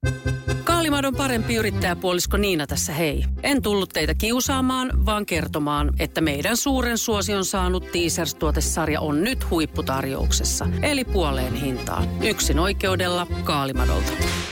Kaalimadon parempi yrittäjäpuolisko Niina tässä hei. En tullut teitä kiusaamaan, vaan kertomaan, että meidän suuren suosion saanut Teasers-tuotesarja on nyt huipputarjouksessa. Eli puoleen hintaan. Yksin oikeudella Kaalimadolta.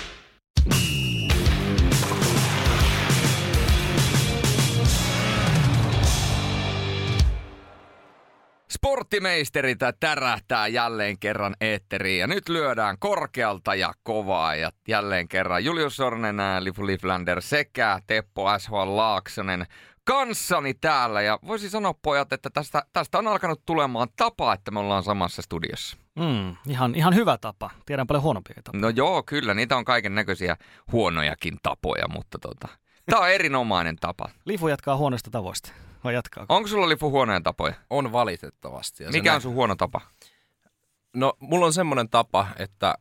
Sporttimeisteritä tärähtää jälleen kerran eetteriin ja nyt lyödään korkealta ja kovaa ja jälleen kerran Julius Sornen, Lifu Liflander sekä Teppo S.H. Laaksonen kanssani täällä ja voisin sanoa pojat, että tästä on alkanut tulemaan tapa, että me ollaan samassa studiossa. Ihan hyvä tapa. Tiedän paljon huonompia tapoja. No joo, kyllä, niitä on kaiken näköisiä huonojakin tapoja, mutta tämä on erinomainen tapa. Lifu jatkaa huonoista tavoista. Vai jatkaa? Onko sulla Lifu huonoja tapoja? On valitettavasti. Mikä on sun huono tapa? No, mulla on semmoinen tapa, että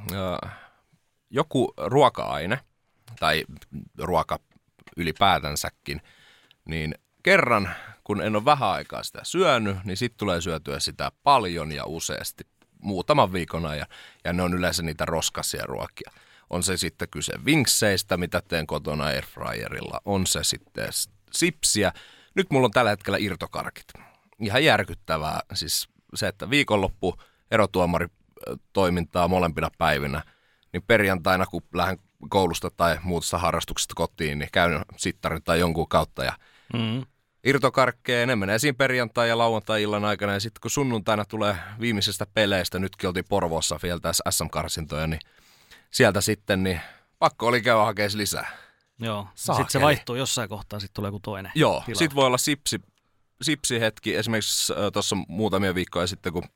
joku ruoka-aine tai ruoka ylipäätänsäkin, niin kerran, kun en ole vähän aikaa sitä syönyt, niin sitten tulee syötyä sitä paljon ja useasti muutaman viikon ajan. Ja ne on yleensä niitä roskaisia ruokia. On se sitten kyse vinkseistä, mitä teen kotona airfryerilla. On se sitten sipsiä. Nyt mulla on tällä hetkellä irtokarkit. Ihan järkyttävää. Siis se, että viikonloppu erotuomaritoimintaa molempina päivinä, niin perjantaina, kun lähden koulusta tai muusta harrastuksesta kotiin, niin käyn sittarin tai jonkun kautta ja irtokarkkeja. Ne menee siinä perjantai- ja lauantai-illan aikana. Ja sitten kun sunnuntaina tulee viimeisestä peleistä, nytkin oltiin Porvoossa vielä tässä SM-karsintoja, niin sieltä sitten niin pakko oli käydä hakemaan lisää. Joo, sitten se vaihtuu jossain kohtaa, sitten tulee joku toinen. Joo, sitten voi olla sipsihetki. Esimerkiksi tuossa muutamia viikkoja sitten, kun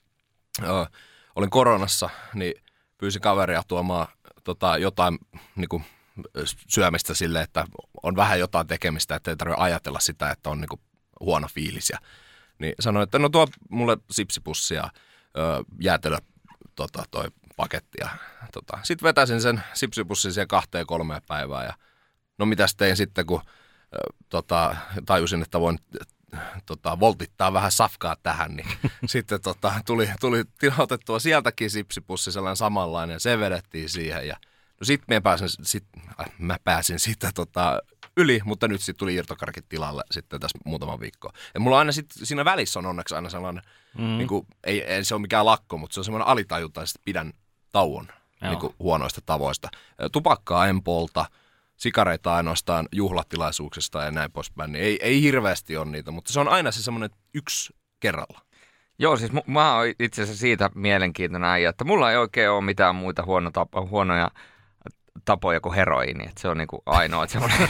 olin koronassa, niin pyysin kaveria tuomaan jotain niin kuin, syömistä sille, että on vähän jotain tekemistä, että ei tarvitse ajatella sitä, että on niin kuin, huono fiilis. Niin sanoin, että no tuo mulle sipsipussi ja jäätelö toi paketti. Sitten vetäisin sen sipsipussin siihen 2-3 päivään ja no mitäs tein sitten, kun tajusin, että voin voltittaa vähän safkaa tähän, niin sitten tuli otettua sieltäkin sipsipussi, sellainen samanlainen, se vedettiin siihen ja no sitten mä pääsin siitä yli, mutta nyt sitten tuli irtokarkit tilalle sitten tässä muutaman viikkoa. Ja mulla aina sitten siinä välissä on onneksi aina sellainen, niin kuin, ei se ole mikään lakko, mutta se on semmoinen alitajunta, että pidän tauon niin kuin huonoista tavoista. Tupakkaa en polta. Sikareita ainoastaan juhlatilaisuuksista ja näin poispäin, niin ei hirveästi ole niitä, mutta se on aina se semmoinen yksi kerralla. Joo, siis mä oon itse asiassa siitä mielenkiintoinen äijä, että mulla ei oikein ole mitään muita huonoja tapoja kuin heroiini, että se on niinku ainoa semmoinen,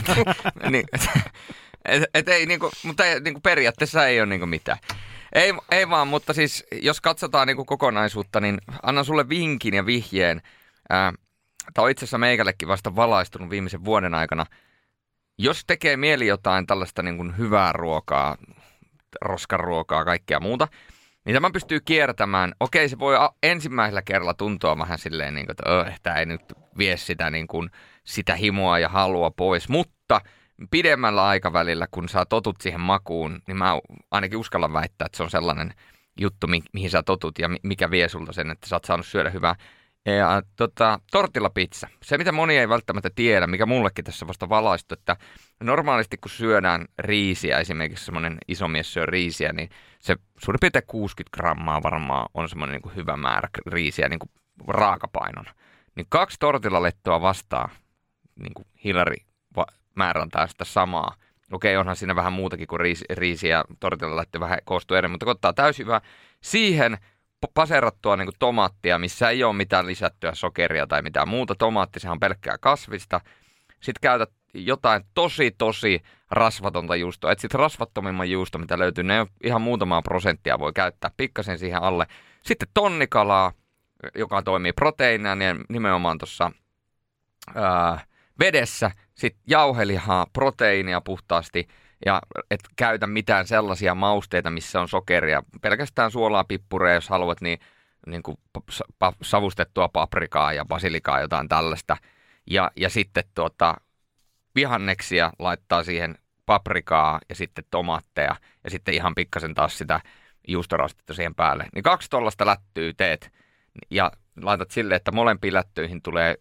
ei niinku, mutta ei, niinku periaatteessa ei ole niinku mitään. Ei vaan, mutta siis jos katsotaan niinku kokonaisuutta, niin annan sulle vinkin ja vihjeen. Tämä on itse asiassa meikällekin vasta valaistunut viimeisen vuoden aikana. Jos tekee mieli jotain tällaista niin kuin hyvää ruokaa, roskaruokaa, kaikkea muuta, niin tämä pystyy kiertämään. Okei, se voi ensimmäisellä kerralla tuntua vähän silleen, niin kuin, että tämä ei nyt vie sitä, niin kuin, sitä himoa ja halua pois. Mutta pidemmällä aikavälillä, kun sä totut siihen makuun, niin mä ainakin uskallan väittää, että se on sellainen juttu, mihin sä totut ja mikä vie sulta sen, että sä oot saanut syödä hyvää. Ja tortillapizza. Se, mitä moni ei välttämättä tiedä, mikä mullekin tässä vasta valaistu, että normaalisti kun syödään riisiä, esimerkiksi semmoinen iso mies syö riisiä, niin se suurin piirtein 60 grammaa varmaan on semmoinen niin kuin hyvä määrä riisiä niin kuin raakapainon. Niin 2 tortillalettoa vastaa niin kuin Hillary määrältään sitä samaa. Okei, onhan siinä vähän muutakin kuin riisi ja tortillaletto vähän koostuu eri, mutta kun ottaa täysin hyvä siihen paserattua niin kuin tomaattia, missä ei ole mitään lisättyä sokeria tai mitään muuta. Tomaatti, sehän on pelkkää kasvista. Sitten käytät jotain tosi rasvatonta juustoa. Et sitten rasvattomimman juusto, mitä löytyy, ne ihan muutamaa prosenttia voi käyttää pikkasen siihen alle. Sitten tonnikalaa, joka toimii proteiinina, niin nimenomaan tuossa vedessä. Sitten jauhelihaa, proteiinia puhtaasti. Ja et käytä mitään sellaisia mausteita, missä on sokeria. Pelkästään suolaa, pippuria, jos haluat, niin kuin savustettua paprikaa ja basilikaa, jotain tällaista. Ja sitten vihanneksia laittaa siihen paprikaa ja sitten tomaatteja ja sitten ihan pikkasen taas sitä juustorastetta siihen päälle. Niin 2 tollasta lättyä teet ja laitat silleen, että molempiin lättyihin tulee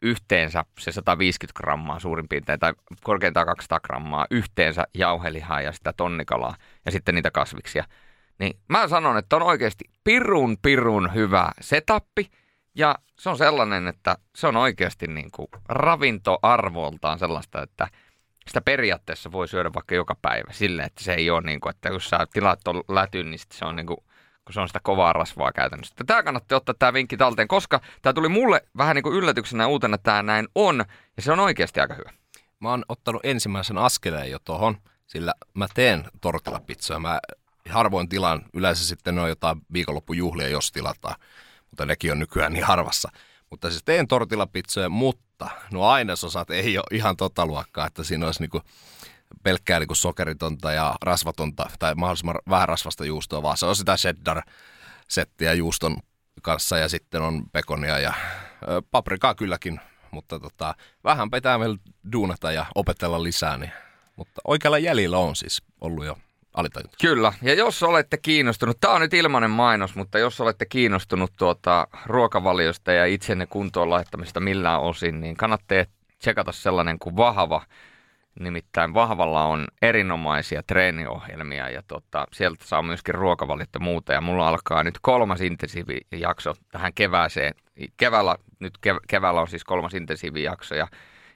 yhteensä se 150 grammaa suurin piirtein, tai korkeintaan 200 grammaa yhteensä jauhelihaa ja sitä tonnikalaa ja sitten niitä kasviksia. Niin mä sanon, että on oikeasti pirun hyvä setappi ja se on sellainen, että se on oikeasti niin kuin ravintoarvoltaan sellaista, että sitä periaatteessa voi syödä vaikka joka päivä silleen, että se ei ole niin kuin, että jos sä tilaat ton lätyn, niin se on niin kuin, kun se on sitä kovaa rasvaa käytännössä. Tämä kannattaa ottaa tämä vinkki talteen, koska tämä tuli mulle vähän niin kuin yllätyksenä uutena, että tämä näin on, ja se on oikeasti aika hyvä. Mä oon ottanut ensimmäisen askeleen jo tohon, sillä mä teen tortillapizzoja. Mä harvoin tilaan, yleensä sitten ne on jotain viikonloppujuhlia, jos tilataan, mutta nekin on nykyään niin harvassa. Mutta siis teen tortillapizzoja, mutta nuo ainesosat ei ole ihan tota luokkaa, että siinä olisi niinku pelkkää niinku sokeritonta ja rasvatonta tai mahdollisimman vähän rasvasta juustoa, vaan se on sitä cheddar-settiä juuston kanssa ja sitten on pekonia ja paprikaa kylläkin, mutta vähän pitää vielä duunata ja opetella lisää, niin, mutta oikealla jäljellä on siis ollut jo alitajunta. Kyllä, ja jos olette kiinnostunut, tämä on nyt ilmainen mainos, mutta jos olette kiinnostunut ruokavaliosta ja itsenne kuntoon laittamista millään osin, niin kannattaa tsekata sellainen kuin Vahva. Nimittäin Vahvalla on erinomaisia treeniohjelmia ja sieltä saa myöskin ruokavaliot ja muuta. Ja mulla alkaa nyt 3. intensiivijakso tähän kevääseen. Keväällä on siis 3. intensiivijakso ja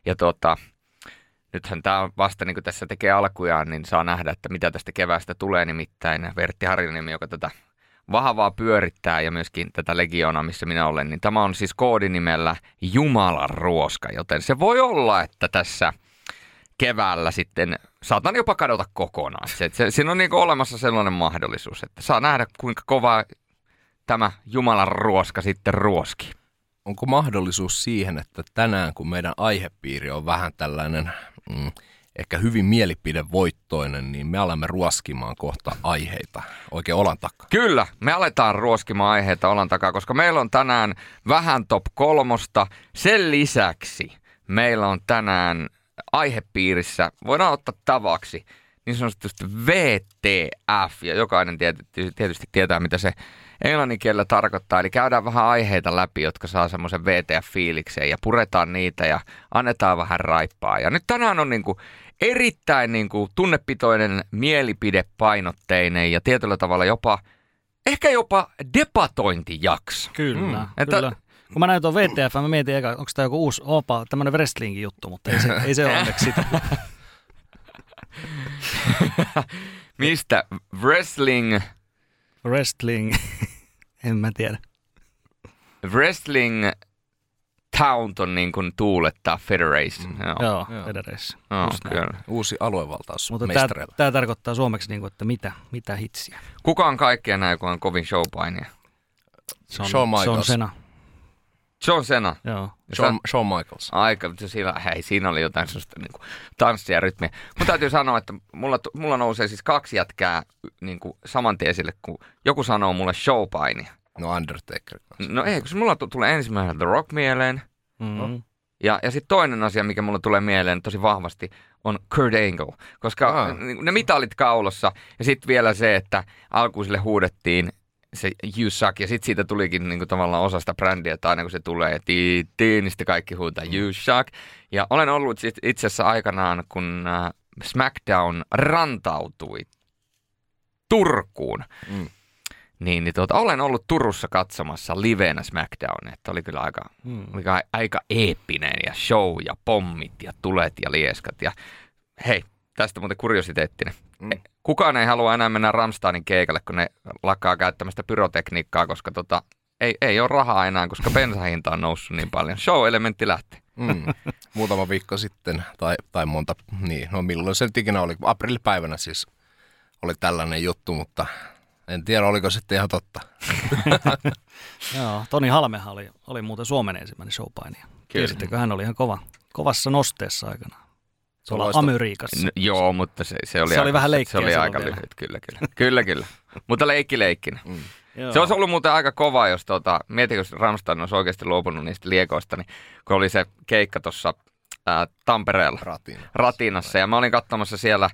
nythän tämä vasta niin kuin tässä tekee alkujaan, niin saa nähdä, että mitä tästä keväästä tulee. Nimittäin Vertti Harjaniemi, joka tätä Vahvaa pyörittää ja myöskin tätä Legionaa, missä minä olen, niin tämä on siis koodinimellä Jumalan ruoska, joten se voi olla, että tässä keväällä sitten saatan jopa kadota kokonaan. Siinä on niin kuin olemassa sellainen mahdollisuus, että saa nähdä, kuinka kova tämä Jumalan ruoska sitten ruoski. Onko mahdollisuus siihen, että tänään, kun meidän aihepiiri on vähän tällainen ehkä hyvin mielipidevoittoinen, niin me alamme ruoskimaan kohta aiheita oikein olan takaa? Kyllä, me aletaan ruoskimaan aiheita olan takaa, koska meillä on tänään vähän top 3. Sen lisäksi meillä on tänään aihepiirissä, voidaan ottaa tavaksi, niin sanotusti VTF, ja jokainen tietysti tietää, mitä se englannin kielellä tarkoittaa. Eli käydään vähän aiheita läpi, jotka saa semmoisen VTF-fiilikseen, ja puretaan niitä, ja annetaan vähän raippaa. Ja nyt tänään on niinku erittäin niinku tunnepitoinen, mielipidepainotteinen, ja tietyllä tavalla ehkä jopa debatointijakso. Kyllä, kyllä. Kun mä näin tuon VTF, mä mietin eka, onko tämä joku uusi tämmöinen wrestlingin juttu, mutta ei se ole onneksi sitä. Mistä? Wrestling, en mä tiedä. Wrestling Count on niin kuin tuulettaa Federation. Joo, Federation. Kyllä. Uusi aluevaltaus mutta mestareilla. Tämä tarkoittaa suomeksi, niin kuin, että mitä hitsiä. Kuka on kaikkea näin, kun on kovin showpainia? Shawn Michaels. John Cena. Joo. Shawn Michaels. Siinä oli jotain sellaista niin kuin tanssia ja rytmiä. Mun täytyy sanoa, että mulla nousee siis 2 jätkää niin kuin saman tien esille, kun joku sanoo mulle showpainia. No Undertaker. No ei, kun mulla tulee ensimmäisenä The Rock mieleen. Mm-hmm. Ja sitten toinen asia, mikä mulle tulee mieleen tosi vahvasti, on Kurt Angle. Koska ne mitalit kaulossa ja sitten vielä se, että alkuun sille huudettiin se You Suck, ja sitten siitä tulikin niinku tavallaan osa sitä brändiä, että aina kun se tulee, niin sitten kaikki huutaa You Suck. Ja olen ollut itse asiassa aikanaan, kun SmackDown rantautui Turkuun, niin olen ollut Turussa katsomassa livenä SmackDownia, että oli kyllä aika eeppinen ja show ja pommit ja tulet ja lieskat. Ja hei, tästä muuten kuriositeettinen. Kukaan ei halua enää mennä Rammsteinin keikalle, kun ne lakkaa käyttämästä pyrotekniikkaa, koska ei ole rahaa enää, koska bensahinta on noussut niin paljon. Show-elementti lähti. Muutama viikko sitten, tai monta, niin, no milloin se nyt ikinä oli, aprillipäivänä siis oli tällainen juttu, mutta en tiedä, oliko sitten ihan totta. Joo, Toni Halmehan oli muuten Suomen ensimmäinen showpainija. Tiesittekö, hän oli ihan kovassa nosteessa aikanaan. Tuolla Amerikassa. Joo, mutta se oli vähän leikkiä. Se oli aika lyhyt, kyllä. Mutta leikkinä. Se olisi ollut muuten aika kova, jos mietin, jos Rammstein olisi oikeasti luopunut niistä liekoista, niin kun oli se keikka tuossa Tampereella, Ratinassa, ja mä olin katsomassa siellä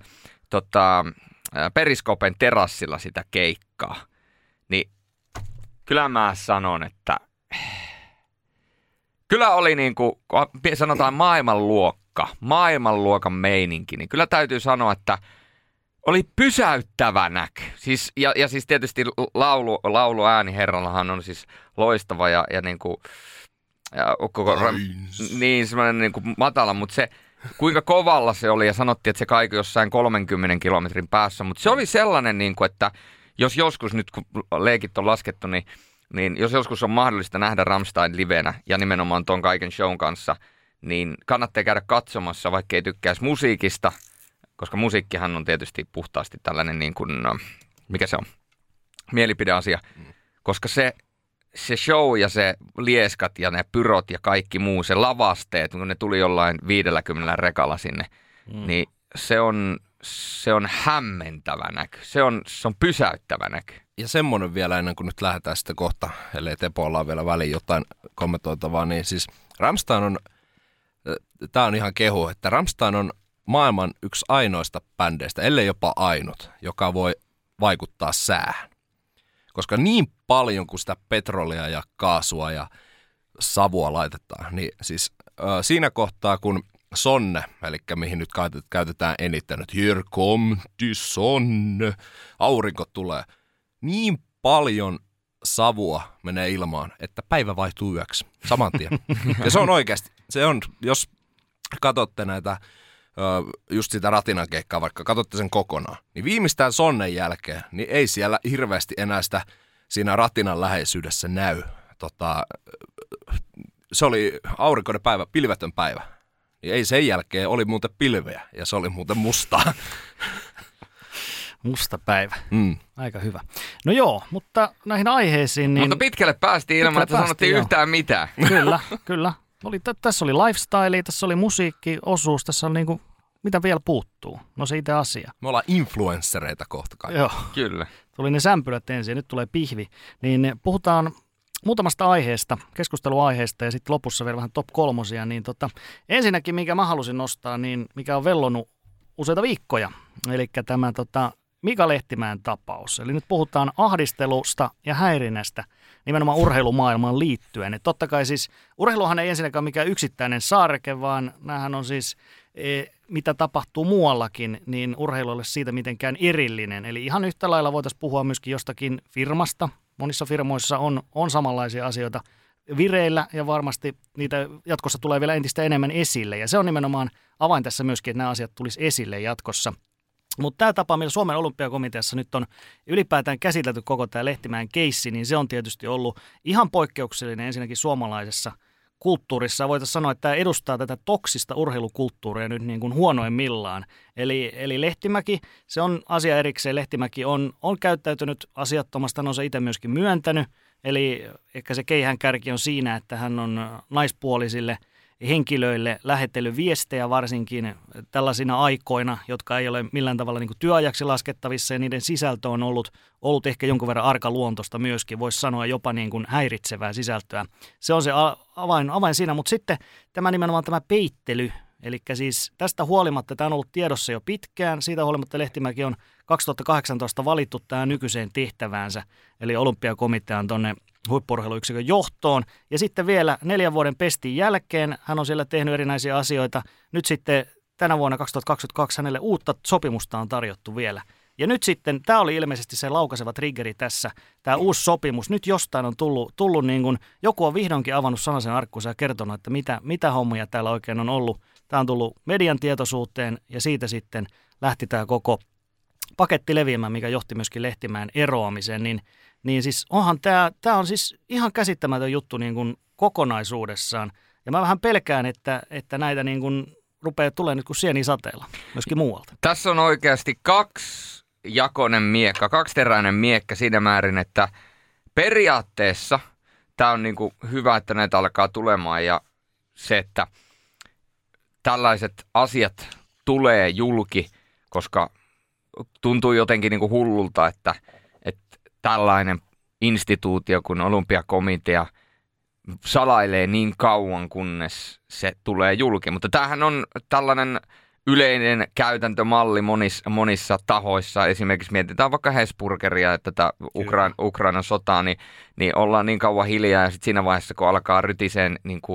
Periskopen terassilla sitä keikkaa, niin kyllä mä sanon, että Kyllä oli niin kuin, sanotaan maailmanluokan meininki, niin kyllä täytyy sanoa, että oli pysäyttävä näky. Siis, ja siis tietysti lauluääni herrallahan on siis loistava ja niin kuin, ja koko, niin semmoinen niin kuin matala, mutta se kuinka kovalla se oli ja sanottiin, että se kaikki jossain 30 kilometrin päässä, mutta se oli sellainen, niin kuin, että jos joskus nyt kun leikit on laskettu, niin jos joskus on mahdollista nähdä Rammstein livenä ja nimenomaan ton kaiken shown kanssa, niin kannattaa käydä katsomassa, vaikka ei tykkäisi musiikista, koska musiikkihan on tietysti puhtaasti tällainen niin kuin, mikä se on, mielipideasia, koska se show ja se lieskat ja ne pyrot ja kaikki muu, se lavasteet, kun ne tuli jollain 50 rekalla sinne, niin se on hämmentävä näky. Se on pysäyttävä näky. Ja semmoinen vielä ennen kuin nyt lähdetään sitten kohta, ellei Tepolla on vielä väliin jotain kommentoitavaa, niin siis Rammstein on, tämä on ihan kehu, että Rammstein on maailman yksi ainoista bändeistä, ellei jopa ainut, joka voi vaikuttaa säähän. Koska niin paljon kuin sitä petrolia ja kaasua ja savua laitetaan, niin siis siinä kohtaa kun Sonne, eli mihin nyt käytetään eniten, että here come the Sonne, aurinko tulee, niin paljon savua menee ilmaan, että päivä vaihtuu yöksi saman tien. Ja se on oikeasti, se on, jos katsotte näitä, just sitä Ratinan keikkaa, vaikka katsotte sen kokonaan, niin viimeistään Sonnen jälkeen, niin ei siellä hirveästi enää sitä siinä Ratinan läheisyydessä näy. Se oli aurinkoinen päivä, pilvetön päivä. Niin ei sen jälkeen, oli muuten pilveä ja se oli muuten mustaa. Musta päivä. Aika hyvä. No joo, mutta näihin aiheisiin niin... Mutta pitkälle päästiin ilman, että sanottiin yhtään mitään. Kyllä. Tässä oli lifestyle, tässä oli musiikkiosuus, tässä on niinku, mitä vielä puuttuu? No se itse asia. Me ollaan influenssereita kohta kaikki. Joo. Kyllä. Tuli ne sämpylät ensin ja nyt tulee pihvi. Niin puhutaan muutamasta aiheesta, keskusteluaiheesta ja sitten lopussa vielä vähän top 3. Niin ensinnäkin, minkä mä halusin nostaa, niin mikä on vellonut useita viikkoja. Eli tämä Mika Lehtimäen tapaus. Eli nyt puhutaan ahdistelusta ja häirinnästä nimenomaan urheilumaailmaan liittyen. Et totta kai siis urheiluhan ei ensinnäkään mikään yksittäinen saareke, vaan näähän on siis, mitä tapahtuu muuallakin, niin urheilu ei ole siitä mitenkään erillinen. Eli ihan yhtä lailla voitaisiin puhua myöskin jostakin firmasta. Monissa firmoissa on samanlaisia asioita vireillä ja varmasti niitä jatkossa tulee vielä entistä enemmän esille. Ja se on nimenomaan avain tässä myöskin, että nämä asiat tulisi esille jatkossa. Mutta tämä tapa, millä Suomen olympiakomiteassa nyt on ylipäätään käsitelty koko tämä Lehtimäen keissi, niin se on tietysti ollut ihan poikkeuksellinen ensinnäkin suomalaisessa kulttuurissa. Voitaisiin sanoa, että tämä edustaa tätä toksista urheilukulttuuria nyt niin kuin huonoimmillaan. Eli Lehtimäki, se on asia erikseen. Lehtimäki on käyttäytynyt asiattomasti, hän on se itse myöskin myöntänyt. Eli ehkä se keihäänkärki on siinä, että hän on naispuolisille henkilöille lähetellyt viestejä varsinkin tällaisina aikoina, jotka ei ole millään tavalla niin kuin työajaksi laskettavissa ja niiden sisältö on ollut ehkä jonkun verran arkaluontoista myöskin, voisi sanoa jopa niin kuin häiritsevää sisältöä. Se on se avain siinä, mutta sitten nimenomaan tämä peittely, eli siis tästä huolimatta tämä on ollut tiedossa jo pitkään, siitä huolimatta Lehtimäki on 2018 valittu tähän nykyiseen tehtäväänsä, eli olympiakomitean tuonne huippu-urheiluyksikön johtoon. Ja sitten vielä 4 vuoden pestin jälkeen hän on siellä tehnyt erinäisiä asioita. Nyt sitten tänä vuonna 2022 hänelle uutta sopimusta on tarjottu vielä. Ja nyt sitten, tämä oli ilmeisesti se laukaiseva triggeri tässä, tämä uusi sopimus. Nyt jostain on tullut niin kuin, joku on vihdoinkin avannut sanaisen arkkunsa ja kertonut, että mitä hommia täällä oikein on ollut. Tämä on tullut median tietoisuuteen ja siitä sitten lähti tämä koko paketti leviämään, mikä johti myöskin Lehtimäen eroamiseen, niin siis onhan tämä on siis ihan käsittämätön juttu niin kuin kokonaisuudessaan. Ja mä vähän pelkään, että näitä niin kuin rupeaa tulemaan nyt kuin sieni sateella, myöskin muualta. Tässä on oikeasti kaksiteräinen miekka siinä määrin, että periaatteessa tämä on niin kuin hyvä, että näitä alkaa tulemaan ja se, että tällaiset asiat tulee julki, koska tuntuu jotenkin niin kuin hullulta, että tällainen instituutio kuin olympiakomitea salailee niin kauan, kunnes se tulee julki. Mutta tämähän on tällainen yleinen käytäntömalli monissa tahoissa. Esimerkiksi mietitään vaikka Hesburgeria, että tätä Ukrainan sotaa, niin ollaan niin kauan hiljaa ja sitten siinä vaiheessa, kun alkaa rytiseen niin kuin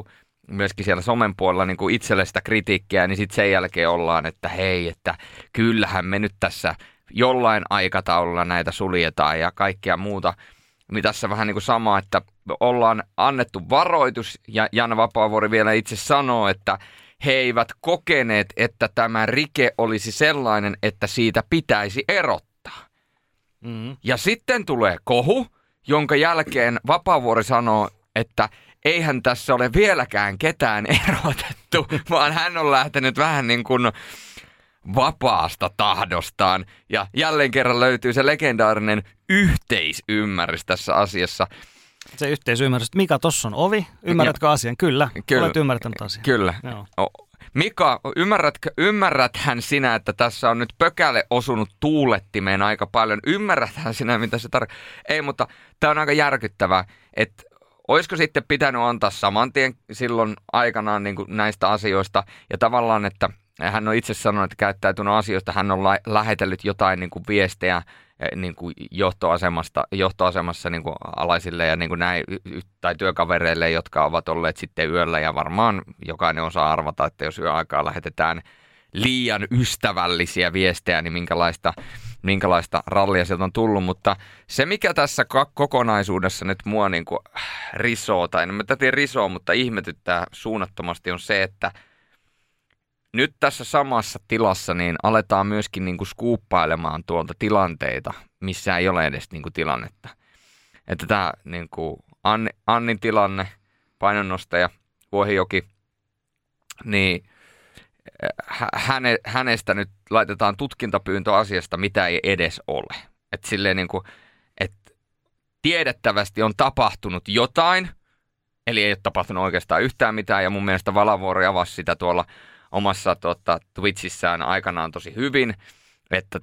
myöskin siellä somen puolella niin kuin itselle sitä kritiikkiä, niin sitten sen jälkeen ollaan, että hei, että kyllähän me nyt tässä jollain aikataululla näitä suljetaan ja kaikkea muuta. Niin tässä vähän niin kuin sama, että ollaan annettu varoitus ja Jan Vapaavuori vielä itse sanoo, että he eivät kokeneet, että tämä rike olisi sellainen, että siitä pitäisi erottaa. Ja sitten tulee kohu, jonka jälkeen Vapaavuori sanoo, että eihän tässä ole vieläkään ketään erotettu, vaan hän on lähtenyt vähän niin kuin vapaasta tahdostaan. Ja jälleen kerran löytyy se legendaarinen yhteisymmärrys tässä asiassa. Se yhteisymmärrys, että Mika, tossa on ovi, ymmärrätkö asian? Kyllä. Olet ymmärtänyt asian. Kyllä. Mika, ymmärräthän sinä, että tässä on nyt pökäle osunut tuulettimeen aika paljon? Ymmärräthän sinä, mitä se tarkoittaa? Ei, mutta tämä on aika järkyttävää, että olisiko sitten pitänyt antaa saman tien silloin aikanaan niin kuin näistä asioista ja tavallaan, että hän on itse sanonut, että käyttäytynyt asioista, hän on lähetellyt jotain niin kuin viestejä niin kuin johtoasemassa niin kuin alaisille ja niin kuin näin, tai työkavereille, jotka ovat olleet sitten yöllä. Ja varmaan jokainen osaa arvata, että jos yöaikaa lähetetään liian ystävällisiä viestejä, niin minkälaista rallia sieltä on tullut. Mutta se, mikä tässä kokonaisuudessa nyt mua niin kuin risoo, tai en mä tiedä risoo, mutta ihmetyttää suunnattomasti on se, että nyt tässä samassa tilassa niin aletaan myöskin niin kuin skuuppailemaan tuolta tilanteita, missä ei ole edes niin kuin tilannetta. Että tämä niin kuin Annin tilanne, painonnostaja Vuohijoki, niin hänestä nyt laitetaan tutkintapyyntö asiasta, mitä ei edes ole. Että silleen niin kuin, että tiedettävästi on tapahtunut jotain, eli ei ole tapahtunut oikeastaan yhtään mitään, ja mun mielestä Valavuori avasi sitä tuolla omassa Twitchissään aikanaan tosi hyvin, että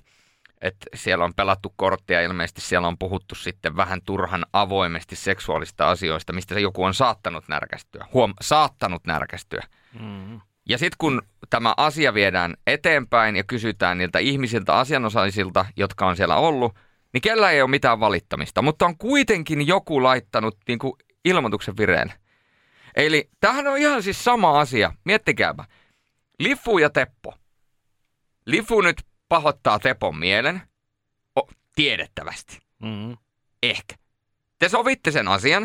siellä on pelattu korttia, ilmeisesti siellä on puhuttu sitten vähän turhan avoimesti seksuaalista asioista, mistä se joku on saattanut närkästyä. Saattanut närkästyä. Mm-hmm. Ja sitten kun tämä asia viedään eteenpäin ja kysytään niiltä ihmisiltä, asianosaisilta, jotka on siellä ollut, niin kellä ei ole mitään valittamista, mutta on kuitenkin joku laittanut niin kuin ilmoituksen vireille. Eli tämähän on ihan siis sama asia. Miettikääpä. Lifu ja Teppo. Lifu nyt pahoittaa Tepon mielen. Tiedettävästi. Mm-hmm. Ehkä. Te sovitte sen asian.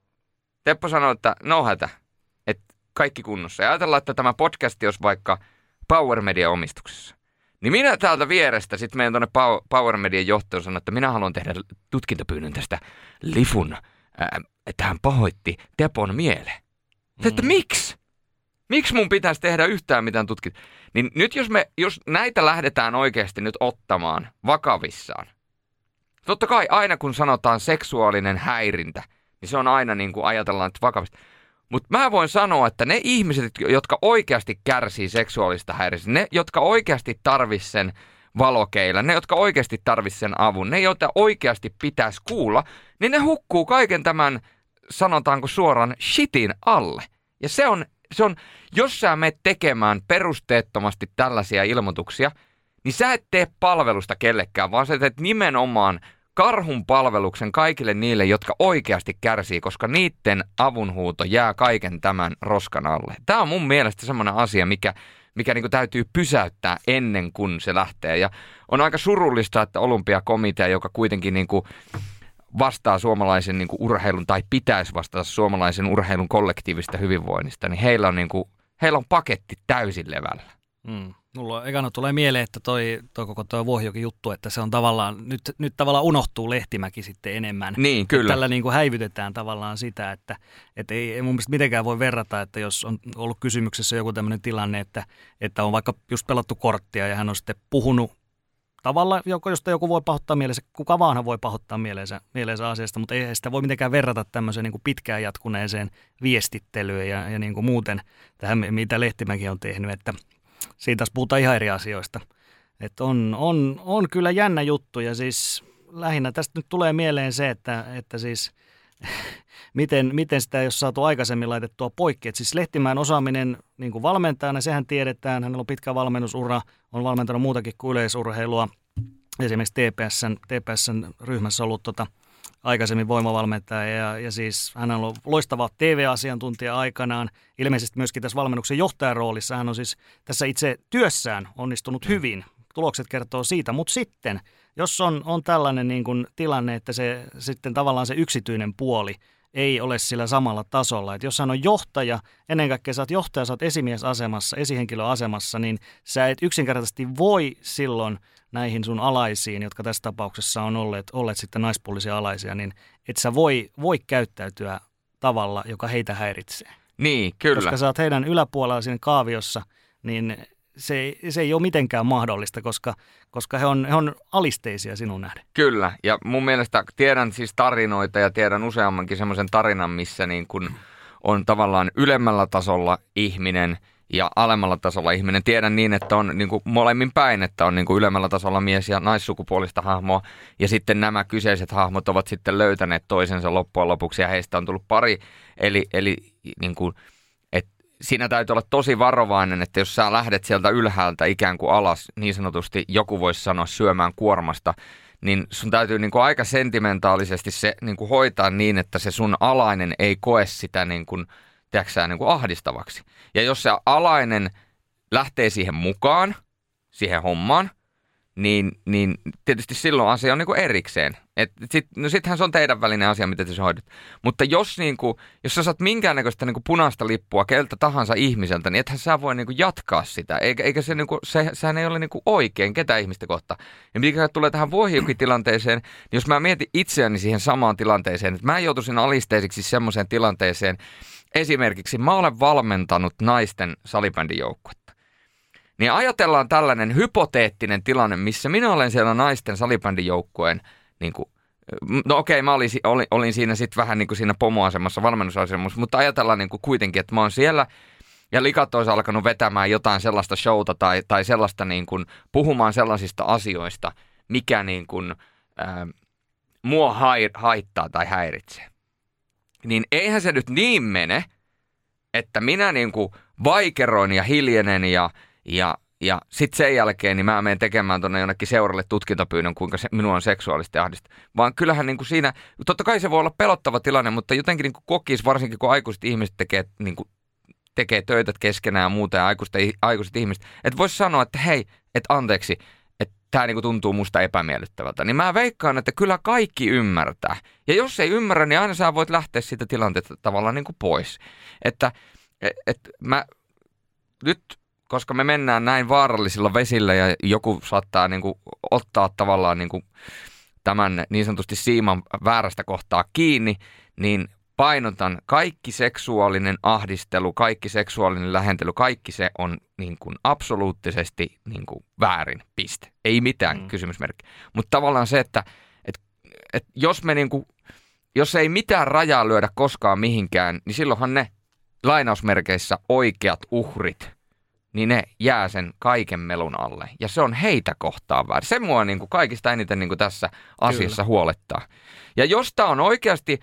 Teppo sanoi, että no hätä. Että kaikki kunnossa. Ja ajatellaan, että tämä podcast olisi vaikka Power Media omistuksessa. Niin minä täältä vierestä sitten menen tuonne Power Median johtoon sanoa, että minä haluan tehdä tutkintapyynnön tästä Lifun, että hän pahoitti Tepon mieleen. Että miksi? Miksi mun pitäisi tehdä yhtään mitään tutkintaa? Niin nyt jos näitä lähdetään oikeasti nyt ottamaan vakavissaan. Totta kai aina kun sanotaan seksuaalinen häirintä, niin se on aina niin kuin ajatellaan, että vakavasti. Mutta mä voin sanoa, että ne ihmiset, jotka oikeasti kärsii seksuaalista häiristä, ne, jotka oikeasti tarvitsee sen valokeilla, ne, jotka oikeasti tarvitsee sen avun, ne, joita oikeasti pitäisi kuulla, niin ne hukkuu kaiken tämän, sanotaanko suoraan, shitin alle. Ja se on, jos sä menet tekemään perusteettomasti tällaisia ilmoituksia, niin sä et tee palvelusta kellekään, vaan sä teet nimenomaan karhun palveluksen kaikille niille, jotka oikeasti kärsii, koska niiden avunhuuto jää kaiken tämän roskan alle. Tämä on mun mielestä semmoinen asia, mikä niin kuin täytyy pysäyttää ennen kuin se lähtee. Ja on aika surullista, että Olympiakomitea, joka kuitenkin niin kuin vastaa suomalaisen niin kuin urheilun tai pitäisi vastata suomalaisen urheilun kollektiivista hyvinvoinnista, niin heillä on paketti täysin levällä. Mulla ekana tulee mieleen, että toi koko tuo Vuohijoki juttu, että se on tavallaan, nyt tavallaan unohtuu Lehtimäki sitten enemmän. Niin, kyllä. Tällä niin kuin häivytetään tavallaan sitä, että ei mun mielestä mitenkään voi verrata, että jos on ollut kysymyksessä joku tämmöinen tilanne, että on vaikka just pelattu korttia ja hän on sitten puhunut tavalla, josta joku voi pahoittaa mielensä, kuka vaan voi pahoittaa mielensä asiasta, mutta ei sitä voi mitenkään verrata tämmöiseen niin kuin pitkään jatkuneeseen viestittelyyn ja niin kuin muuten tähän, mitä Lehtimäki on tehnyt, että siitä taas puhutaan ihan eri asioista. Että on kyllä jännä juttu ja siis lähinnä tästä nyt tulee mieleen se, että siis miten sitä ei ole saatu aikaisemmin laitettua poikki. Että siis Lehtimäen osaaminen niin kuin valmentajana, sehän tiedetään, hänellä on pitkä valmennusura, on valmentanut muutakin kuin yleisurheilua. Esimerkiksi TPSn ryhmässä ollut aikaisemmin voimavalmentaja ja siis hän on ollut loistava TV-asiantuntija aikanaan, ilmeisesti myöskin tässä valmennuksen johtajan roolissa. Hän on siis tässä itse työssään onnistunut hyvin, tulokset kertoo siitä, mutta sitten jos on tällainen niin kuin tilanne, että se sitten tavallaan se yksityinen puoli ei ole sillä samalla tasolla. Että jos hän on johtaja, ennen kaikkea sä oot esimiesasemassa, esihenkilöasemassa, niin sä et yksinkertaisesti voi silloin näihin sun alaisiin, jotka tässä tapauksessa on olleet sitten naispuolisia alaisia, niin et sä voi käyttäytyä tavalla, joka heitä häiritsee. Niin, kyllä. Koska sä oot heidän yläpuolella siinä kaaviossa, niin se ei ole mitenkään mahdollista, koska he on alisteisia sinun nähden. Kyllä, ja mun mielestä tiedän siis tarinoita ja tiedän useammankin semmoisen tarinan, missä niin kun on tavallaan ylemmällä tasolla ihminen ja alemmalla tasolla ihminen. Tiedän niin, että on niin kuin molemmin päin, että on niin kuin ylemmällä tasolla mies- ja naissukupuolista hahmoa, ja sitten nämä kyseiset hahmot ovat sitten löytäneet toisensa loppujen lopuksi, ja heistä on tullut pari, eli niin kuin, siinä täytyy olla tosi varovainen, että jos sä lähdet sieltä ylhäältä ikään kuin alas, niin sanotusti joku voisi sanoa syömään kuormasta, niin sun täytyy niin kuin aika sentimentaalisesti se niin kuin hoitaa niin, että se sun alainen ei koe sitä niin kuin, niin kuin ahdistavaksi. Ja jos se alainen lähtee siihen mukaan, siihen hommaan, niin tietysti silloin asia on niin kuin erikseen. Sittenhän se on teidän välinen asia, miten te se hoidat. Mutta jos sä saat minkäännäköistä niin kuin punaista lippua keltä tahansa ihmiseltä, niin ethän sä voi niin kuin jatkaa sitä. Eikä se, niin kuin, sehän ei ole niin kuin oikein ketään ihmistä kohtaan. Ja mikä tulee tähän vuohijokitilanteeseen, niin jos mä mietin itseäni siihen samaan tilanteeseen, että mä joutuisin alisteisiksi semmoiseen tilanteeseen, esimerkiksi mä olen valmentanut naisten salibändijoukkuetta. Niin ajatellaan tällainen hypoteettinen tilanne, missä minä olen siellä naisten salibändijoukkueen, niin kuin, no okei, mä olin siinä sitten vähän niin kuin siinä pomoasemassa, valmennusasemassa, mutta ajatellaan niin kuin kuitenkin, että mä oon siellä ja likat olisi alkanut vetämään jotain sellaista showta tai sellaista niin kuin, puhumaan sellaisista asioista, mikä niin kuin, mua haittaa tai häiritsee. Niin eihän se nyt niin mene, että minä niin kuin vaikeroin ja hiljenen ja sitten sen jälkeen niin mä menen tekemään tuonne jonnekin seuralle tutkintapyynnön, kuinka minua on seksuaalisesti ahdistettu. Vaan kyllähän niin kuin siinä, totta kai se voi olla pelottava tilanne, mutta jotenkin niin kuin kokisi, varsinkin kun aikuiset ihmiset tekee töitä keskenään ja muuta ja aikuiset ihmiset, että voisi sanoa, että hei, että anteeksi, että tämä niin tuntuu musta epämiellyttävältä. Niin mä veikkaan, että kyllä kaikki ymmärtää. Ja jos ei ymmärrä, niin aina sä voit lähteä siitä tilanteesta tavallaan niin kuin pois. Että mä nyt, koska me mennään näin vaarallisilla vesillä ja joku saattaa niin kuin ottaa tavallaan niin kuin tämän niin sanotusti siiman väärästä kohtaa kiinni, niin painotan kaikki seksuaalinen ahdistelu, kaikki seksuaalinen lähentely, kaikki se on niin kuin absoluuttisesti niin kuin väärin, piste. Ei mitään kysymysmerkki. Mutta tavallaan se, että jos me niin kuin, jos ei mitään rajaa lyödä koskaan mihinkään, niin silloinhan ne lainausmerkeissä oikeat uhrit, niin ne jää sen kaiken melun alle. Ja se on heitä kohtaan väärin. Se mua niin kuin kaikista eniten niin kuin tässä asiassa huolettaa. Ja jos tämä on oikeasti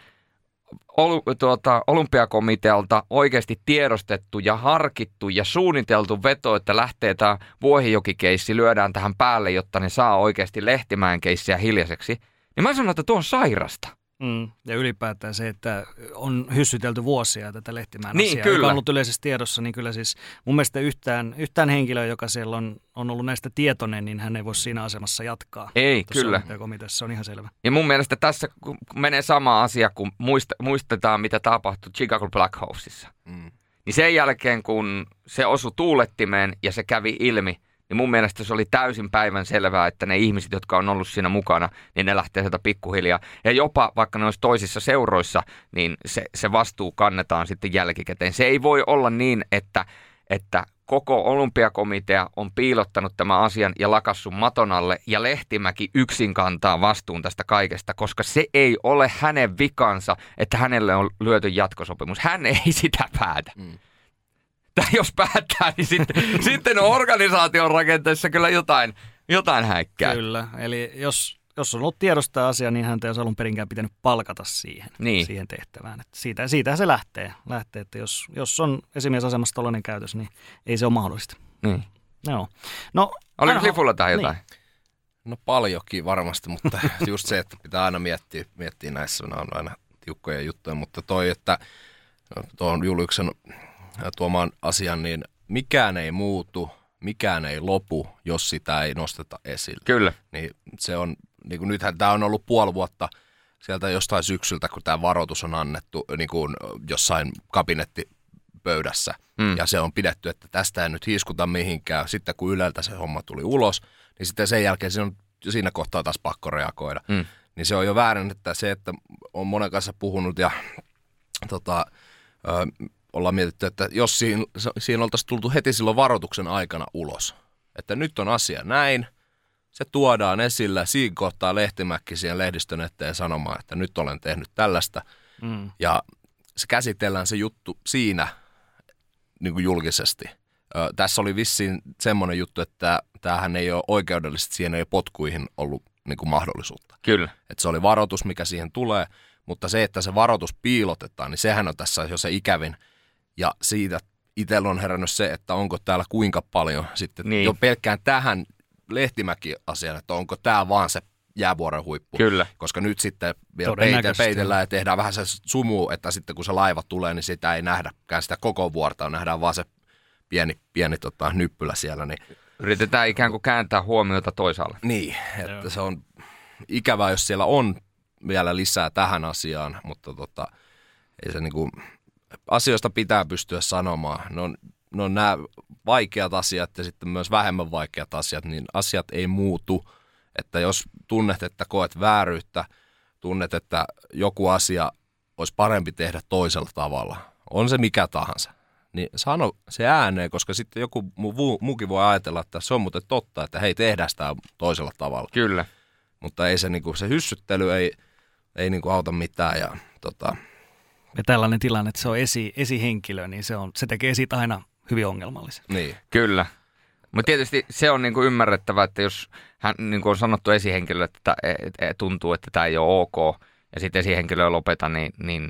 olympiakomitealta oikeasti tiedostettu ja harkittu ja suunniteltu veto, että lähtee tämä Vuohijokikeissi, lyödään tähän päälle, jotta ne saa oikeasti Lehtimäen keissiä hiljaiseksi, niin mä sanon, että tuo on sairasta. Ja ylipäätään se, että on hyssytelty vuosia tätä Lehtimäen niin, asiaa, kyllä. joka on ollut yleisessä tiedossa, niin kyllä siis mun mielestä yhtään henkilöä, joka siellä on ollut näistä tietoinen, niin hän ei voi siinä asemassa jatkaa. Ei, kyllä. Se on ihan selvä. Ja mun mielestä tässä menee sama asia, kun muistetaan, mitä tapahtui Chicago Blackhawksissa. Niin sen jälkeen, kun se osui tuulettimeen ja se kävi ilmi, niin mun mielestä se oli täysin päivän selvää, että ne ihmiset, jotka on ollut siinä mukana, niin ne lähtee sieltä pikkuhiljaa. Ja jopa vaikka ne olisi toisissa seuroissa, niin se vastuu kannetaan sitten jälkikäteen. Se ei voi olla niin, että koko olympiakomitea on piilottanut tämän asian ja lakassut maton alle ja Lehtimäki yksin kantaa vastuun tästä kaikesta, koska se ei ole hänen vikansa, että hänelle on lyöty jatkosopimus. Hän ei sitä päätä. Tai jos päättää, niin sitten on organisaation rakenteessa kyllä jotain häikkää. Kyllä, eli jos on ollut tiedostaa asia, niin häntä ei olisi alun perinkään pitänyt palkata siihen tehtävään. Että siitähän se lähtee, että jos on esimiesasemassa tällainen käytös, niin ei se ole mahdollista. Niin. Joo. No, oliko Lifulla tähän jotain? No paljonkin varmasti, mutta just se, että pitää aina miettiä näissä, ne on aina tiukkoja juttuja, mutta että tuon Juliuksen tuomaan asian, niin mikään ei muutu, mikään ei lopu, jos sitä ei nosteta esille. Kyllä. Niin se on, niin kuin nythän tämä on ollut puoli vuotta sieltä jostain syksyltä, kun tämä varoitus on annettu niin kuin jossain kabinettipöydässä. Ja se on pidetty, että tästä ei nyt hiiskuta mihinkään. Sitten kun Yleltä se homma tuli ulos, niin sitten sen jälkeen siinä kohtaa taas pakko reagoida. Niin se on jo väärin, että se, että on monen kanssa puhunut ja ollaan mietitty, että jos siinä oltaisiin tultu heti silloin varoituksen aikana ulos, että nyt on asia näin, se tuodaan esille, siinä kohtaa Lehtimäki siihen lehdistön eteen sanomaan, että nyt olen tehnyt tällaista, ja se käsitellään se juttu siinä niin kuin julkisesti. Tässä oli vissiin semmoinen juttu, että tämähän ei ole oikeudellisesti, siihen ei ole potkuihin ollut niin kuin mahdollisuutta. Kyllä. Että se oli varoitus, mikä siihen tulee, mutta se, että se varoitus piilotetaan, niin sehän on tässä jo se ikävin. Ja siitä itsellä on herännyt se, että onko täällä kuinka paljon sitten jo pelkkään tähän Lehtimäki-asiaan, että onko tämä vaan se jäävuoren huippu. Kyllä. Koska nyt sitten vielä peitellään ja tehdään vähän se sumu, että sitten kun se laiva tulee, niin sitä ei nähdäkään sitä koko vuorta, nähdään vaan se pieni nyppylä siellä. Niin yritetään ikään kuin kääntää huomiota toisaalle. Niin, että se on ikävää, jos siellä on vielä lisää tähän asiaan, mutta ei se niinku, asioista pitää pystyä sanomaan. Ne on nämä vaikeat asiat ja sitten myös vähemmän vaikeat asiat, niin asiat ei muutu. Että jos tunnet, että koet vääryyttä, tunnet, että joku asia olisi parempi tehdä toisella tavalla, on se mikä tahansa, niin sano se ääneen, koska sitten joku muukin voi ajatella, että se on muuten totta, että hei, tehdään sitä toisella tavalla. Kyllä. Mutta ei se, niinku, se hyssyttely ei niinku auta mitään. Ja tällainen tilanne, että se on esihenkilö, niin se tekee siitä aina hyvin ongelmallisen. Niin. Kyllä. Mutta tietysti se on niinku ymmärrettävä, että jos hän niinku on sanottu esihenkilölle, että tuntuu, että tämä ei ole ok, ja sitten esihenkilöä lopeta, niin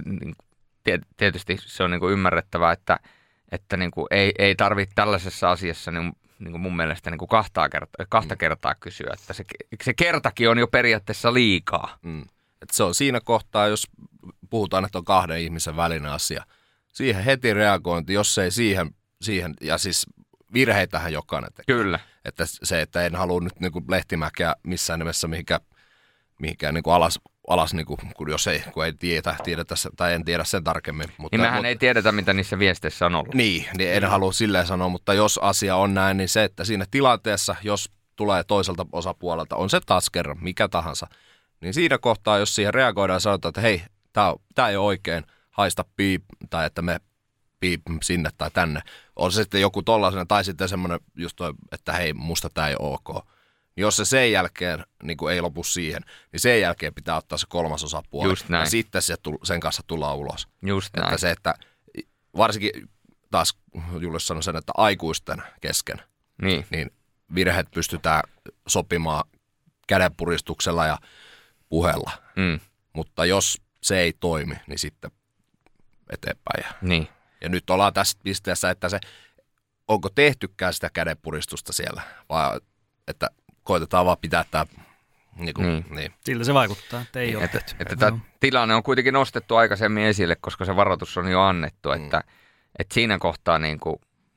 tietysti se on niinku ymmärrettävää, että niinku ei tarvitse tällaisessa asiassa niinku mun mielestä niinku kahta kertaa kysyä, että se kertakin on jo periaatteessa liikaa. Että se on siinä kohtaa, jos puhutaan, että on kahden ihmisen välinen asia, siihen heti reagointi, jos ei siihen ja siis virheitähän jokainen tekee. Kyllä. Että se, että en halua nyt niinku Lehtimäkeä missään nimessä mihinkään niinku alas niinku, kun ei tiedetä tai en tiedä sen tarkemmin. Mutta, niin mehän ei tiedetä, mitä niissä viesteissä on ollut. Niin en halua silleen sanoa, mutta jos asia on näin, niin se, että siinä tilanteessa, jos tulee toiselta osapuolelta, on se taas kerran mikä tahansa, niin siinä kohtaa, jos siihen reagoidaan ja sanotaan, että hei, tämä ei ole oikein, haista piip, tai että me piip sinne tai tänne. On se sitten joku tollainen, tai sitten semmoinen just toi, että hei, musta tämä ei ole ok. Jos se sen jälkeen niin ei lopu siihen, niin sen jälkeen pitää ottaa se kolmas osapuoli. Ja sitten sen kanssa tullaan ulos. Just näin. Että se, että varsinkin taas Julius sanoi sen, että aikuisten kesken, niin virheet pystytään sopimaan kädenpuristuksella ja puheella. Mutta jos se ei toimi, niin sitten eteenpäin. Niin. Ja nyt ollaan tässä pisteessä, että se, onko tehtykään sitä kädenpuristusta siellä, vai että koitetaan vaan pitää tämä niin. Siltä se vaikuttaa, että ei ole tehty. Että tämä tilanne on kuitenkin nostettu aikaisemmin esille, koska se varoitus on jo annettu, että siinä kohtaa niin kuin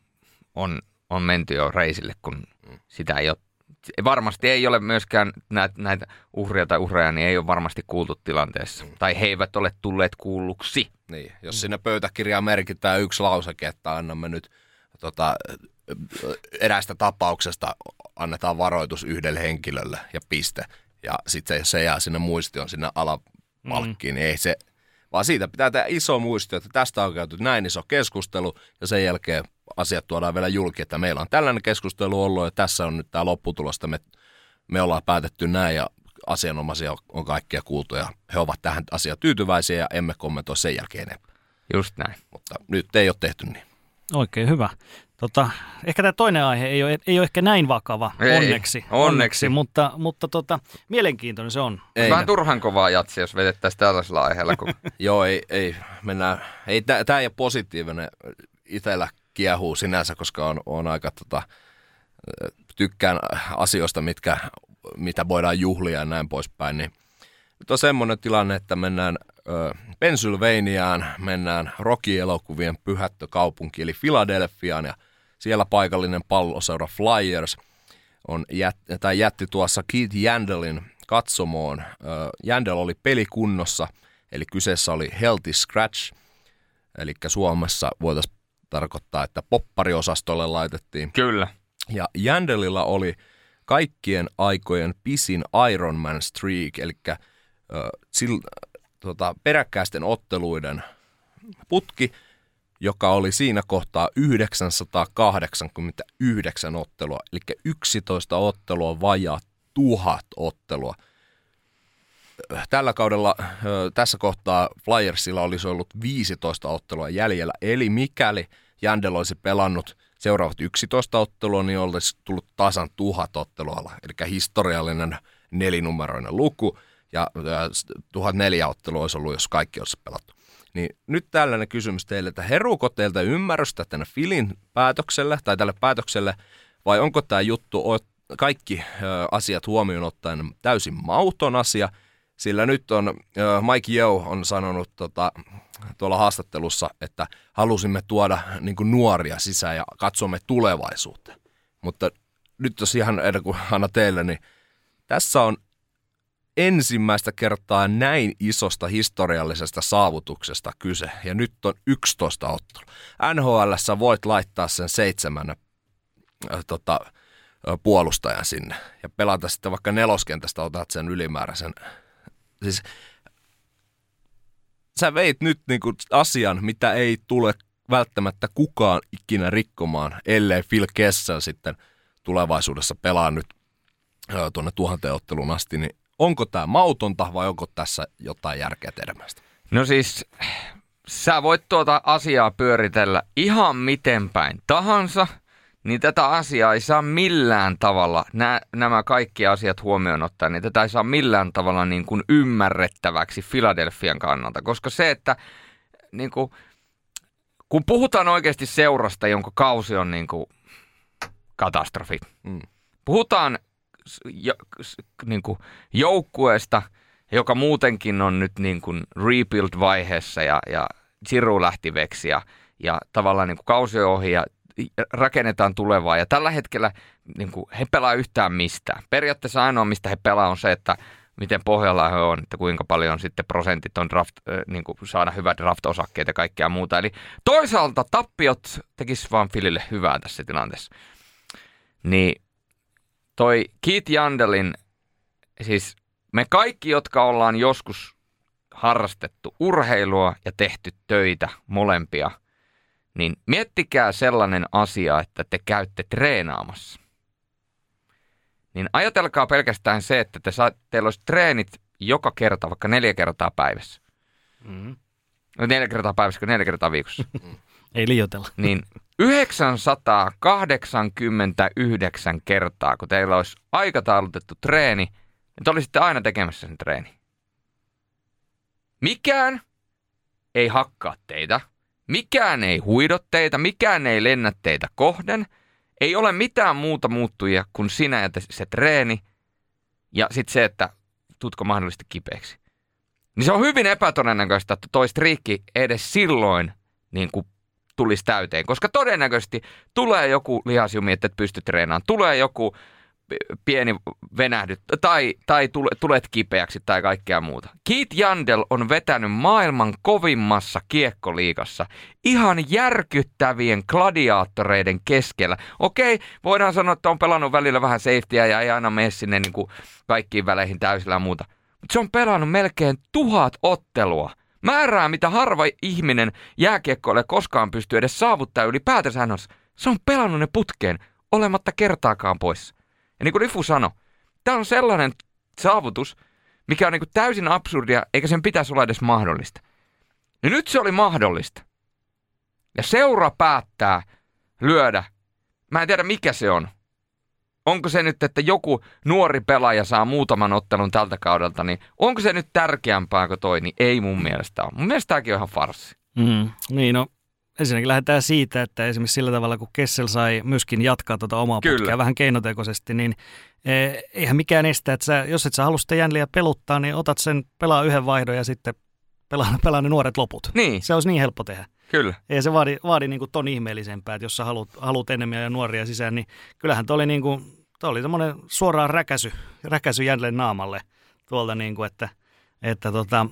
on menty jo reisille, kun sitä ei ole. Varmasti ei ole myöskään näitä uhria tai uhreja, niin ei ole varmasti kuultu tilanteessa. Tai he eivät ole tulleet kuulluksi. Niin, jos sinne pöytäkirjaan merkitään yksi lauseke, että annamme nyt eräästä tapauksesta annetaan varoitus yhdelle henkilölle ja piste. Ja sitten se jää sinne muistioon, sinne alapalkkiin, niin ei se, vaan siitä pitää tehdä iso muistio, että tästä on käyty näin iso keskustelu ja sen jälkeen asiat tuodaan vielä julki, että meillä on tällainen keskustelu ollut ja tässä on nyt tämä lopputulos, että me ollaan päätetty näin ja asianomaisia on kaikkia kuultu ja he ovat tähän asiaan tyytyväisiä ja emme kommentoi sen jälkeen enempää. Just näin. Mutta nyt ei ole tehty niin. Oikein hyvä. Ehkä tämä toinen aihe ei ole ehkä näin vakava, onneksi, mutta mielenkiintoinen se on. Vähän turhan kovaa jatsia, jos vedettäisiin tällaisella aiheella. Joo, ei mennään. Tämä ei ole positiivinen. Itsellä kiehuu sinänsä, koska on aika tykkään asioista, mitkä mitä voidaan juhlia ja näin poispäin. Niin nyt on semmoinen tilanne, että mennään Pennsylvaniaan, mennään Rocky-elokuvien pyhättökaupunki eli Philadelphiaan ja siellä paikallinen palloseura Flyers jätti tuossa Keith Yandelin katsomoon. Yandel oli pelikunnossa, eli kyseessä oli healthy scratch, eli Suomessa voitaisiin tarkoittaa, että poppariosastolle laitettiin. Kyllä. Ja Yandelilla oli kaikkien aikojen pisin Ironman streak, eli peräkkäisten otteluiden putki, joka oli siinä kohtaa 989 ottelua, eli 11 ottelua vajaa 1000 ottelua. Tällä kaudella tässä kohtaa Flyersilla olisi ollut 15 ottelua jäljellä, eli mikäli Yandel olisi pelannut seuraavat 11 ottelua, niin olisi tullut tasan 1000 ottelua, eli historiallinen nelinumeroinen luku, ja 1004 ottelua olisi ollut, jos kaikki olisi pelattu. Niin nyt tällainen kysymys teille, että heruuko teiltä ymmärrystä tänne Philin päätökselle, tai tälle päätökselle, vai onko tämä juttu kaikki asiat huomioon ottaen täysin mauton asia, sillä nyt on Mike Yeo on sanonut tuolla haastattelussa, että halusimme tuoda niin kuin nuoria sisään ja katsomme tulevaisuuteen. Mutta nyt jos ihan ennen kuin anna teille, niin tässä on ensimmäistä kertaa näin isosta historiallisesta saavutuksesta kyse, ja nyt on 11 ottelua. NHL:ssä voit laittaa sen 7 puolustajan sinne, ja pelata sitten vaikka neloskentästä, otat sen ylimääräisen. Siis sä veit nyt niinku asian, mitä ei tule välttämättä kukaan ikinä rikkomaan, ellei Phil Kessel sitten tulevaisuudessa pelaa nyt tuonne 1000 otteluun asti, niin onko tämä mautonta vai onko tässä jotain järkeä termeistä? No siis sä voit tuota asiaa pyöritellä ihan miten päin tahansa, niin tätä asiaa ei saa millään tavalla, nämä kaikki asiat huomioon ottaen, niin tätä ei saa millään tavalla niin kuin ymmärrettäväksi Philadelphian kannalta. Koska se, että niin kuin, kun puhutaan oikeasti seurasta, jonka kausi on niin kuin katastrofi, puhutaan niin kuin joukkueesta, joka muutenkin on nyt niin kuin rebuild-vaiheessa ja Giroux lähti veksi ja tavallaan niin kuin kausi on ohi ja rakennetaan tulevaa. Ja tällä hetkellä niin kuin he pelaa yhtään mistään. Periaatteessa ainoa, mistä he pelaa, on se, että miten pohjalla he on, että kuinka paljon sitten prosentit on niin kuin saada hyvät draft-osakkeet ja kaikkea muuta. Eli toisaalta tappiot tekisi vaan Philille hyvää tässä tilanteessa. Niin toi Keith Yandelin, siis me kaikki, jotka ollaan joskus harrastettu urheilua ja tehty töitä molempia, niin miettikää sellainen asia, että te käytte treenaamassa. Niin ajatelkaa pelkästään se, että teillä olisi treenit joka kerta, vaikka 4 kertaa päivässä. 4 kertaa päivässä kuin 4 kertaa viikossa. Ei liioitella. Niin 989 kertaa, kun teillä olisi aikataulutettu treeni, niin te olisitte aina tekemässä sen treeni. Mikään ei hakkaa teitä, mikään ei huido teitä, mikään ei lennä teitä kohden. Ei ole mitään muuta muuttujia kuin sinä ja se treeni ja sitten se, että tutko mahdollisesti kipeäksi. Niin se on hyvin epätodennäköistä, että toi striikki edes silloin niin kuin tulisi täyteen, koska todennäköisesti tulee joku lihasjumi, että et pysty treenaamaan, tulee joku pieni venähdy tai tulet kipeäksi tai kaikkea muuta. Keith Yandel on vetänyt maailman kovimmassa kiekkoliigassa ihan järkyttävien gladiaattoreiden keskellä. Okei, voidaan sanoa, että on pelannut välillä vähän safetyä ja ei aina mene sinne niin kuin kaikkiin väleihin täysillä ja muuta. Mutta se on pelannut melkein 1000 ottelua. Määrää, mitä harva ihminen jääkiekkoille koskaan pystyy edes saavuttaa ylipäätänsä NHL:ssä. Se on pelannut ne putkeen olematta kertaakaan pois. Ja niin kuin Rifu sanoi, tämä on sellainen saavutus, mikä on niin kuin täysin absurdia, eikä sen pitäisi olla edes mahdollista. Ja nyt se oli mahdollista. Ja seura päättää lyödä. Mä en tiedä mikä se on. Onko se nyt, että joku nuori pelaaja saa muutaman ottelun tältä kaudelta, niin onko se nyt tärkeämpää kuin toi, niin ei mun mielestä ole. Mun mielestä tämäkin on ihan farssi. Niin no, ensinnäkin lähdetään siitä, että esimerkiksi sillä tavalla, kun Kessel sai myöskin jatkaa tuota omaa putkea vähän keinotekoisesti, niin eihän mikään estä, että jos et sä halua sitä Jänliä peluttaa, niin otat sen, pelaa yhden vaihdon ja sitten pelaa ne nuoret loput. Niin. Se olisi niin helppo tehdä. Kyllä. Ei se vaadi niin kuin ton ihmeellisempää, että jos sä haluat enemmän ja nuoria sisään, niin kyllähän toi oli semmoinen suoraan räkäsy Jänlen naamalle tuolta, niin kuin, että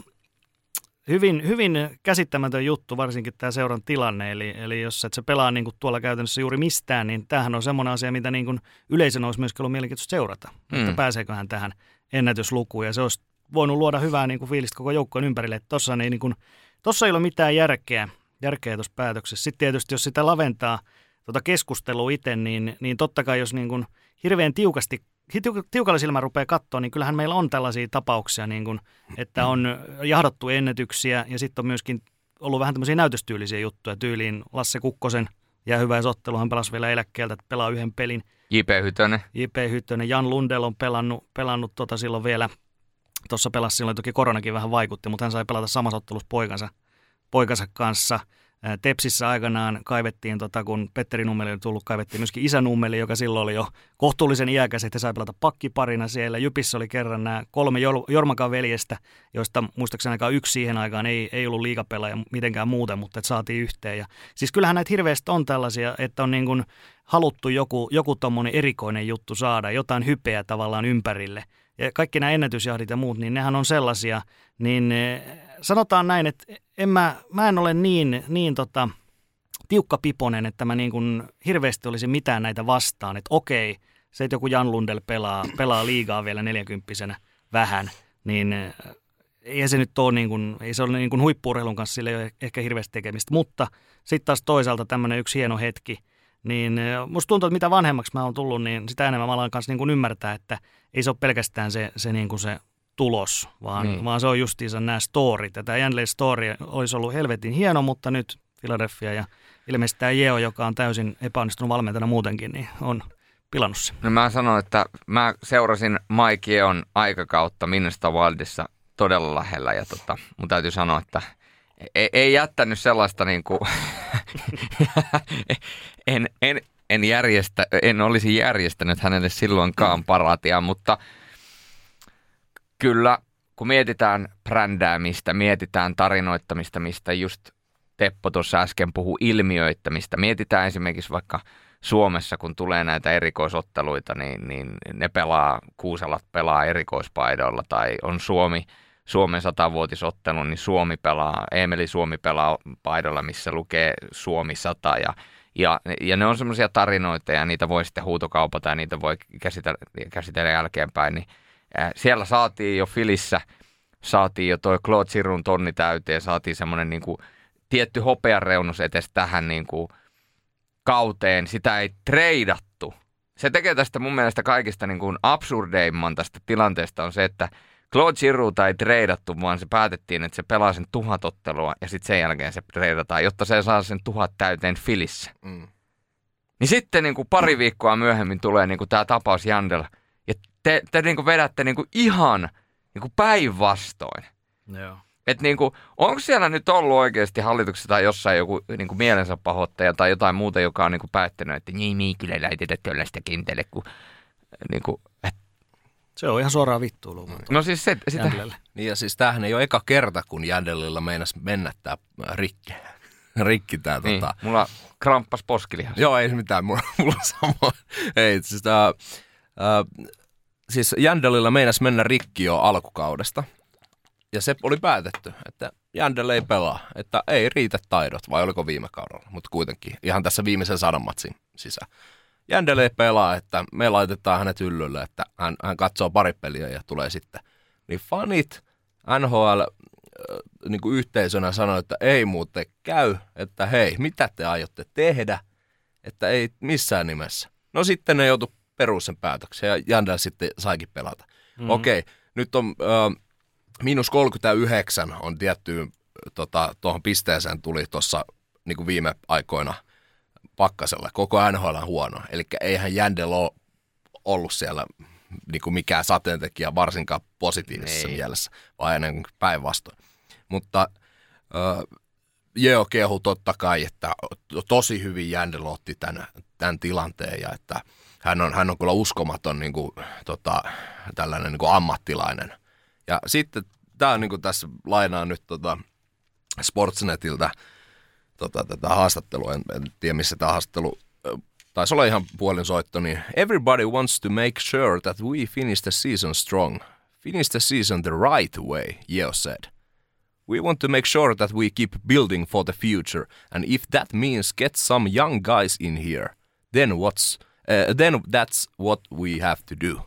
hyvin käsittämätön juttu, varsinkin tämä seuran tilanne, eli jos et sä pelaa niin kuin tuolla käytännössä juuri mistään, niin tämähän on semmoinen asia, mitä niin kuin yleisön olisi myöskin ollut mielenkiintoista seurata, että pääseeköhän tähän ennätyslukuun, ja se olisi voinut luoda hyvää niin kuin fiilistä koko joukkojen ympärille, että tossa ei ole mitään järkeä tuossa päätöksessä. Sitten tietysti, jos sitä laventaa keskustelua itse, niin totta kai jos niin kuin hirveän tiukalla silmällä rupeaa katsoa, niin kyllähän meillä on tällaisia tapauksia, niin kuin, että on jahdattu ennätyksiä ja sitten on myöskin ollut vähän tämmöisiä näytöstyylisiä juttuja. Tyyliin Lasse Kukkosen jäähyväisottelu, hän pelasi vielä eläkkeeltä, että pelaa yhden pelin. J.P. Hyttönen, Jan Lundell on pelannut silloin vielä, tuossa pelasi silloin, toki koronakin vähän vaikutti, mutta hän sai pelata samassa ottelussa poikansa kanssa. Tepsissä aikanaan kaivettiin, kun Petteri Nummeli oli tullut, kaivettiin myöskin isä Nummeli, joka silloin oli jo kohtuullisen iäkäs, että sai pelata pakkiparina siellä. Jypissä oli kerran nämä 3 Jormakan veljestä, joista muistaakseni ainakaan yksi siihen aikaan ei ollut liigapelaaja mitenkään muuten, mutta että saatiin yhteen. Ja, siis kyllähän näitä hirveästi on tällaisia, että on niin kuin haluttu joku tommoinen erikoinen juttu saada, jotain hypeä tavallaan ympärille. Ja kaikki nämä ennätysjahdit ja muut, niin nehän on sellaisia, niin sanotaan näin, että mä en ole niin tiukkapiponen, että mä niin kuin hirveästi olisi mitään näitä vastaan, että okei, se, että joku Jan Lundell pelaa liigaa vielä 40-vuotiaana vähän, niin ei se nyt ole niin kuin, ei se ole niin kuin huippu-urheilun kanssa, sillä ei ole ehkä hirveästi tekemistä, mutta sitten taas toisaalta tämmöinen yksi hieno hetki, niin musta tuntuu, että mitä vanhemmaksi mä oon tullut, niin sitä enemmän mä alan kanssa niin kuin ymmärtää, että ei se ole pelkästään se, niin kuin se tulos, vaan se on justiinsa nämä storit. Ja tämä Jänleen story olisi ollut helvetin hieno, mutta nyt Philadelphia ja ilmeisesti tämä Jeo, joka on täysin epäonnistunut valmentajana muutenkin, niin on pilannut se. No mä sanon, että mä seurasin Mike Jeon aikakautta Minnesota Wildissa todella lähellä ja mun täytyy sanoa, että ei jättänyt sellaista niin kuin en olisi järjestänyt hänelle silloinkaan paraatia, mutta kyllä kun mietitään brändäämistä, mietitään tarinoittamista, mistä just Teppo tuossa äsken puhui ilmiöittämistä, mietitään esimerkiksi vaikka Suomessa, kun tulee näitä erikoisotteluita, niin ne Kuuselat pelaa erikoispaidoilla tai on Suomen 100-vuotisottelu, niin Eemeli Suomi pelaa paidolla, missä lukee Suomi 100 ja ne on semmoisia tarinoita ja niitä voi sitten huutokaupata ja niitä voi käsitellä jälkeenpäin. Niin, siellä saatiin jo Filissä, saatiin jo toi Claude Giroux tonni täyteen, saatiin semmoinen niin kuin tietty hopeareunus etes tähän niin kuin kauteen. Sitä ei treidattu. Se tekee tästä mun mielestä kaikista niin kuin absurdeimman tästä tilanteesta on se, että Claude Girouxta ei treidattu, vaan se päätettiin, että se pelaa sen 1000 ottelua ja sitten sen jälkeen se treidataan, jotta se saa sen 1000 täyteen Filissä. Niin sitten niin kuin pari viikkoa myöhemmin tulee niin kuin tämä tapaus Jandel ja te niin kuin vedätte niin kuin ihan niin kuin päinvastoin. Joo. Että niin kuin, onko siellä nyt ollut oikeasti hallituksessa tai jossain joku niin kuin mielensä pahoittaja tai jotain muuta, joka on niin kuin päättänyt, että niin kyllä laitetaan tällaista kentälle, kun niin kuin, se on ihan suoraan vittuilua. No siis sitä. Niin ja siis tämähän ei ole eka kerta, kun Jändelillä meinasi mennä tämä rikki tää niin, mulla kramppas poskilihas. Joo, ei mitään, mulla samoin. Ei, siis Jändelillä meinasi mennä rikki jo alkukaudesta. Ja se oli päätetty, että Jandel ei pelaa, että ei riitä taidot, vai oliko viime kaudella, mutta kuitenkin ihan tässä viimeisen 100 matsin sisään. Jandel ei pelaa, että me laitetaan hänet hyllylle, että hän katsoo pari peliä ja tulee sitten. Niin fanit NHL niin kuin yhteisönä sanoi, että ei muuten käy, että hei, mitä te aiotte tehdä, että ei missään nimessä. No sitten ne joutui peruun sen päätöksen ja Jandel sitten saikin pelata. Okei, nyt on -39 on tiettyyn tuohon pisteeseen tuli tuossa niin kuin viime aikoina pakkasella. Koko NHL on huono. Eli eihän Jandel ole ollut siellä niin kuin mikään sateentekijä varsinkaan positiivisessa mielessä, vaan ennen kuin päinvastoin. Mutta Jeo kehu totta kai, että tosi hyvin Jandel otti tämän tilanteen ja että hän on kyllä uskomaton niin kuin, tällainen niin kuin ammattilainen. Ja sitten tämä niin kuin tässä lainaan nyt Sportsnetiltä tätä haastattelua, en tiedä missä tämä haastattelu taisi olla ihan puolinsoitto, niin everybody wants to make sure that we finish the season strong. Finish the season the right way, Yeo said. We want to make sure that we keep building for the future, and if that means get some young guys in here, then that's what we have to do.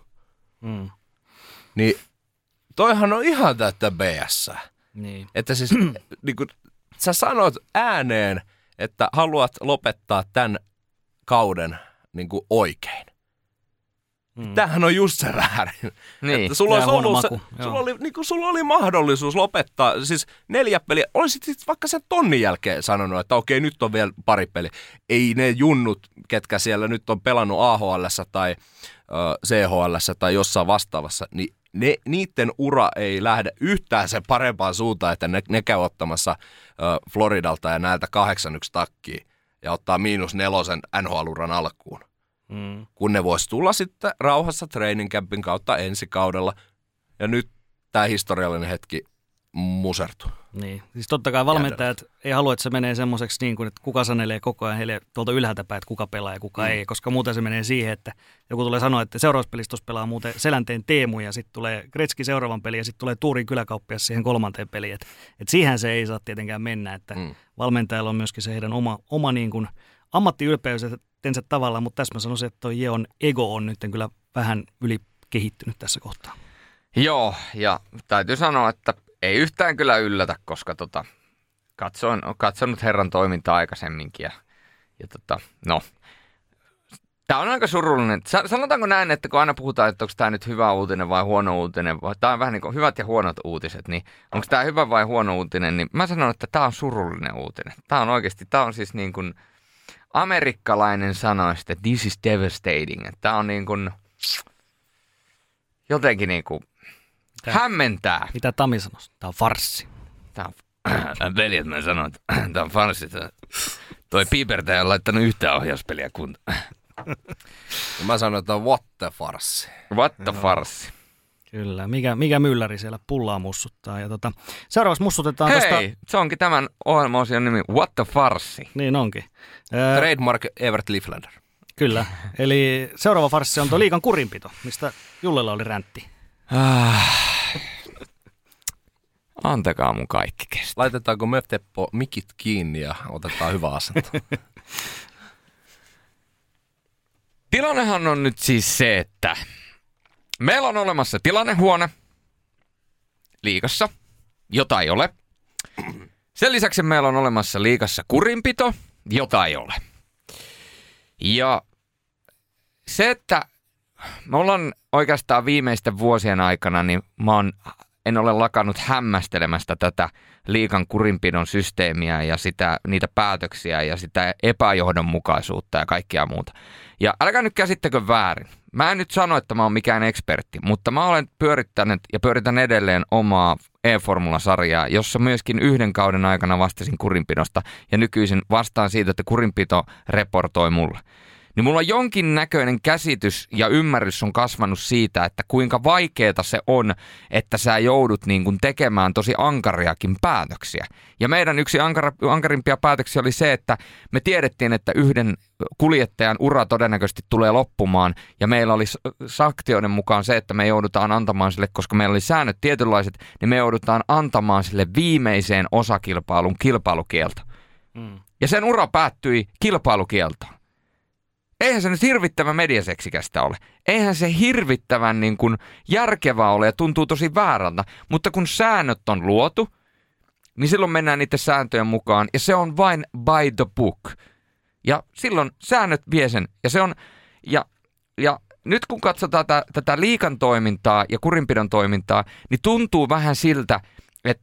Niin toihan on ihan tätä BS. Niin. Että siis niin kun sä sanot ääneen, että haluat lopettaa tämän kauden niin kuin oikein. Tämähän on just se väärin. Niin. Että sulla oli mahdollisuus lopettaa, siis 4 peliä. Olisit vaikka sen tonnin jälkeen sanonut, että okei, nyt on vielä pari peliä. Ei ne junnut, ketkä siellä nyt on pelannut AHL:ssä tai CHL:ssä tai jossain vastaavassa, niin niiden ura ei lähde yhtään sen parempaan suuntaan, että ne käy ottamassa Floridalta ja näiltä 8-1 takkiin ja ottaa -4 NHL-uran alkuun. Kun ne vois tulla sitten rauhassa training campin kautta ensi kaudella. Ja nyt tämä historiallinen hetki musertuu. Niin, siis totta kai valmentajat ei halua, että se menee semmoiseksi niin kuin, että kuka sanelee koko ajan heille tuolta ylhäältä päin, että kuka pelaa ja kuka ei, koska muuten se menee siihen, että joku tulee sanoa, että seuraavassa pelissä tuossa pelaa muuten Selänteen Teemu ja sitten tulee Gretzky seuraavan peliin ja sitten tulee Tuurin kyläkauppias siihen 3. peliin. Että siihen se ei saa tietenkään mennä, että valmentajalla on myöskin se heidän oma niin kuin ammattiylpeytensä tavalla, mutta tässä mä sanoisin, että toi Jeon ego on nyt kyllä vähän ylikehittynyt tässä kohtaa. Joo, ja täytyy sanoa, että ei yhtään kyllä yllätä, koska olen katsonut herran toimintaa aikaisemminkin ja no, tämä on aika surullinen. Sanotaanko näin, että kun aina puhutaan, että onko tämä nyt hyvä uutinen vai huono uutinen, vai tämä on vähän niin kuin hyvät ja huonot uutiset, niin onko tämä hyvä vai huono uutinen, niin mä sanon, että tämä on surullinen uutinen. Tämä on siis niin kuin amerikkalainen sanoisi, että this is devastating. Tämä on niin kuin jotenkin niin kuin hämmentää. Mitä Tami sanoisi? Tämä on farssi. Veljet, mä sanon, että tämä on farssi. Toi piipertäjä on laittanut yhtään ohjauspeliä kuntoon. Mä sanon, että what the farssi. What the farssi. Kyllä, mikä mylläri siellä pullaa mussuttaa. Ja seuraavaksi mussutetaan Hei, se onkin tämän ohjelma-osion nimi What the farssi. Niin onkin. Trademark Evert Liflander. Kyllä, eli seuraava farssi on tuo liigan kurinpito, mistä Jullella oli räntti. Antakaa mun kaikki kestä. Laitetaanko me Teppo mikit kiinni ja otetaan hyvä asento? Tilannehan on nyt siis se, että meillä on olemassa tilannehuone liigassa, jota ei ole. Sen lisäksi meillä on olemassa liigassa kurinpito, jota ei ole. Ja se, että me ollaan oikeastaan viimeisten vuosien aikana, niin en ole lakannut hämmästelemästä tätä liigan kurinpidon systeemiä ja niitä päätöksiä ja sitä epäjohdonmukaisuutta ja kaikkea muuta. Ja älkää nyt käsittäkö väärin. Mä en nyt sano, että mä oon mikään ekspertti, mutta mä olen pyörittänyt ja pyöritän edelleen omaa E-formula-sarjaa, jossa myöskin 1 kauden aikana vastasin kurinpidosta ja nykyisin vastaan siitä, että kurinpito reportoi mulle. Niin mulla on jonkin näköinen käsitys ja ymmärrys on kasvanut siitä, että kuinka vaikeeta se on, että sä joudut niin kuin tekemään tosi ankariakin päätöksiä. Ja meidän yksi ankarimpia päätöksiä oli se, että me tiedettiin, että yhden kuljettajan ura todennäköisesti tulee loppumaan. Ja meillä oli sanktioiden mukaan se, että me joudutaan antamaan sille, koska meillä oli säännöt tietynlaiset, niin me joudutaan antamaan sille viimeiseen osakilpailun kilpailukielto. Ja sen ura päättyi kilpailukieltoon. Eihän se nyt hirvittävän mediaseksikästä ole. Eihän se hirvittävän niin kuin järkevää ole ja tuntuu tosi väärältä. Mutta kun säännöt on luotu, niin silloin mennään niiden sääntöjen mukaan. Ja se on vain by the book. Ja silloin säännöt vie sen. Ja se on, ja nyt kun katsotaan tätä liigan toimintaa ja kurinpidon toimintaa, niin tuntuu vähän siltä, että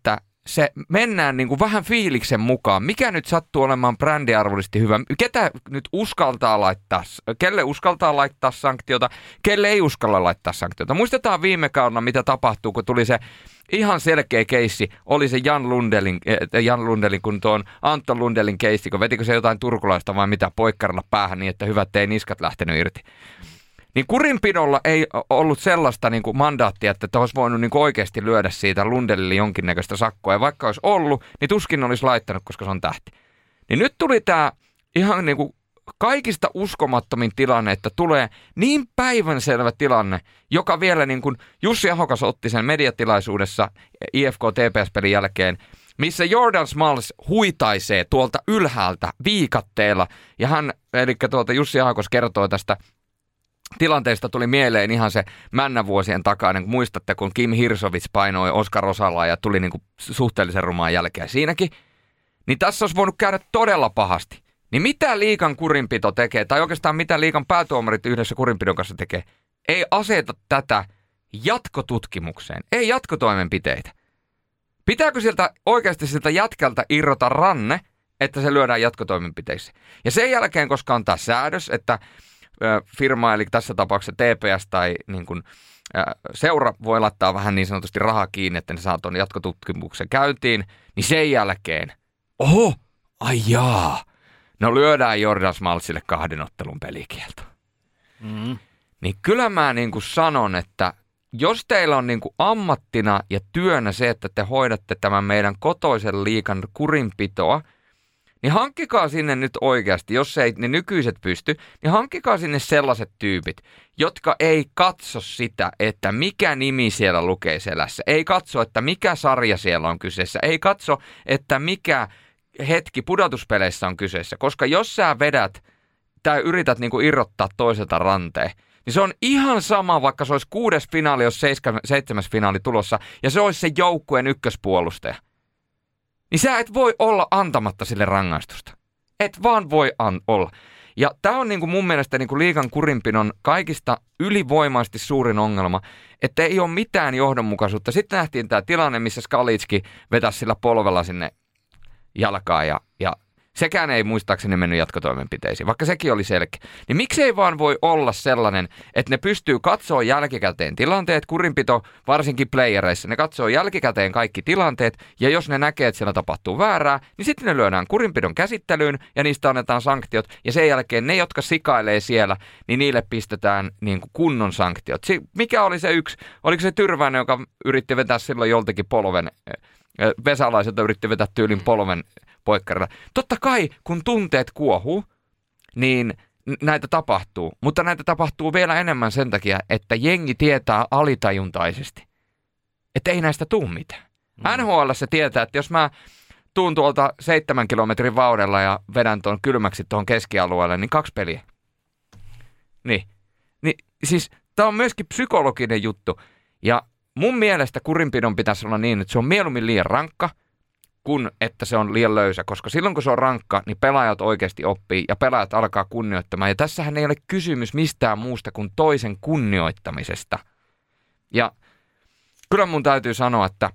se mennään niin kuin vähän fiiliksen mukaan. Mikä nyt sattuu olemaan brändiarvollisesti hyvä? Ketä nyt uskaltaa laittaa, kelle uskaltaa laittaa sanktiota, kelle ei uskalla laittaa sanktiota. Muistetaan viime kaudella, mitä tapahtuu, kun tuli se ihan selkeä keissi. Oli se Jan Lundelin kun tuon Anton Lundelin keissi, kun vetikö se jotain turkulaista vai mitä poikkarilla päähän niin, että hyvät ei niskat lähtenyt irti. Niin kurinpidolla ei ollut sellaista niin kuin mandaattia, että olisi voinut niin kuin oikeasti lyödä siitä Lundelille jonkinnäköistä sakkoa. Ja vaikka olisi ollut, niin tuskin olisi laittanut, koska se on tähti. Niin nyt tuli tämä ihan niin kuin kaikista uskomattomin tilanne, että tulee niin päivänselvä tilanne, joka vielä niin kuin Jussi Ahokas otti sen mediatilaisuudessa IFK TPS-pelin jälkeen, missä Jordan Smalls huitaisee tuolta ylhäältä viikatteella. Ja hän, eli Jussi Ahokas kertoo tästä tilanteesta tuli mieleen ihan se männävuosien takainen, kun muistatte, kun Kim Hirsovits painoi Oskar Osalaa ja tuli niin kuin suhteellisen rumaa jälkeä siinäkin, niin tässä olisi voinut käydä todella pahasti. Niin mitä liigan kurinpito tekee, tai oikeastaan mitä liigan päätuomarit yhdessä kurinpidon kanssa tekee, ei aseta tätä jatkotutkimukseen, ei jatkotoimenpiteitä. Pitääkö oikeasti siltä jätkältä irrota ranne, että se lyödään jatkotoimenpiteisiin? Ja sen jälkeen, koska on tämä säädös, että firma, eli tässä tapauksessa TPS tai niin kuin, seura voi laittaa vähän niin sanotusti rahaa kiinni, että ne saa tuon jatkotutkimuksen käyntiin, niin sen jälkeen, ai jaa, no lyödään Jordan Smaltsille 2 ottelun pelikielto. Niin kyllä mä niin kuin sanon, että jos teillä on niin kuin ammattina ja työnä se, että te hoidatte tämän meidän kotoisen liigan kurinpitoa, niin hankkikaa sinne nyt oikeasti, jos ei ne nykyiset pysty, niin hankkikaa sinne sellaiset tyypit, jotka ei katso sitä, että mikä nimi siellä lukee selässä. Ei katso, että mikä sarja siellä on kyseessä. Ei katso, että mikä hetki pudotuspeleissä on kyseessä. Koska jos sä vedät tai yrität niinku irrottaa toiselta ranteen, niin se on ihan sama, vaikka se olisi 6. finaali, jos 7. finaali tulossa, ja se olisi se joukkueen ykköspuolustaja. Niin sä et voi olla antamatta sille rangaistusta. Et vaan voi olla. Ja tää on niinku mun mielestä niinku liigan kurinpidon kaikista ylivoimaisesti suurin ongelma, että ei ole mitään johdonmukaisuutta. Sitten nähtiin tää tilanne, missä Skalitski vetäisi sillä polvella sinne jalkaan ja sekään ei muistaakseni mennyt jatkotoimenpiteisiin, vaikka sekin oli selkeä. Niin miksei vaan voi olla sellainen, että ne pystyy katsoa jälkikäteen tilanteet, kurinpito varsinkin playereissa, ne katsoo jälkikäteen kaikki tilanteet, ja jos ne näkee, että siellä tapahtuu väärää, niin sitten ne lyödään kurinpidon käsittelyyn, ja niistä annetaan sanktiot, ja sen jälkeen ne, jotka sikailee siellä, niin niille pistetään niin kuin kunnon sanktiot. Mikä oli se yksi? Oliko se Tyrväinen, joka yritti vetää silloin joltakin polven, vesalaiselta yritti vetää tyylin polven poikkarilla. Totta kai, kun tunteet kuohuu, niin näitä tapahtuu. Mutta näitä tapahtuu vielä enemmän sen takia, että jengi tietää alitajuntaisesti, että ei näistä tule mitään. NHL se tietää, että jos mä tuun tuolta 7 kilometrin vauhdella ja vedän tuon kylmäksi tuohon keskialueelle, niin 2 peliä. Niin siis tää on myöskin psykologinen juttu. Ja mun mielestä kurinpidon pitäisi olla niin, että se on mieluummin liian rankka, kun että se on liian löysä, koska silloin kun se on rankka, niin pelaajat oikeasti oppii ja pelaajat alkaa kunnioittamaan. Ja tässähän ei ole kysymys mistään muusta kuin toisen kunnioittamisesta. Ja kyllä mun täytyy sanoa, että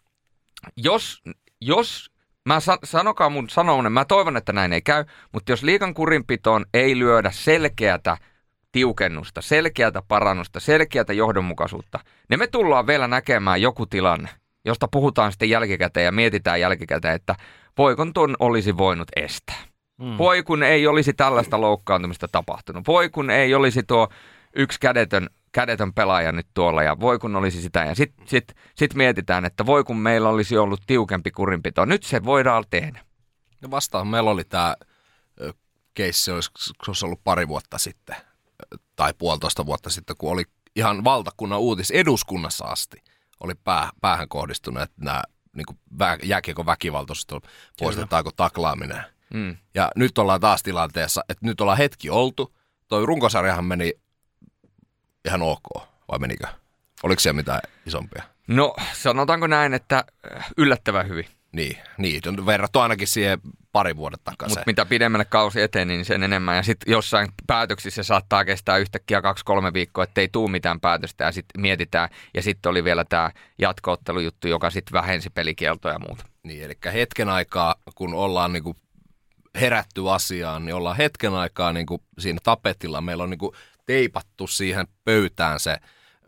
jos sanokaa mun sanoinen, mä toivon, että näin ei käy, mutta jos liigan kurinpitoon ei lyödä selkeätä tiukennusta, selkeätä parannusta, selkeätä johdonmukaisuutta, niin me tullaan vielä näkemään joku tilanne, josta puhutaan sitten jälkikäteen ja mietitään jälkikäteen, että voikon ton olisi voinut estää. Voi kun ei olisi tällaista loukkaantumista tapahtunut. Voi kun ei olisi tuo yksi kädetön pelaaja nyt tuolla ja voi kun olisi sitä. Ja sit mietitään, että voi kun meillä olisi ollut tiukempi kurinpito. Nyt se voidaan tehdä. No vastaan meillä oli tämä keissi, olisi ollut 2 vuotta sitten tai 1,5 vuotta sitten, kun oli ihan valtakunnan eduskunnassa asti. Oli päähän kohdistuneet nämä niin jääkiekon väkivaltaisuus, poistetaanko taklaaminen. Ja nyt ollaan taas tilanteessa, että nyt ollaan hetki oltu. Toi runkosarjahan meni ihan ok, vai menikö? Oliko siellä mitään isompia? No sanotaanko näin, että yllättävän hyvin. Niin. Verrattu ainakin siihen pari vuoden takaisin. Mutta mitä pidemmälle kausi eteni, niin sen enemmän. Ja sitten jossain päätöksissä saattaa kestää yhtäkkiä 2-3 viikkoa, ettei tule mitään päätöstä ja sitten mietitään. Ja sitten oli vielä tämä jatko-ottelujuttu, joka sitten vähensi pelikieltoja ja muuta. Niin, eli hetken aikaa, kun ollaan niinku herätty asiaan, niin ollaan hetken aikaa niinku siinä tapetilla. Meillä on niinku teipattu siihen pöytään se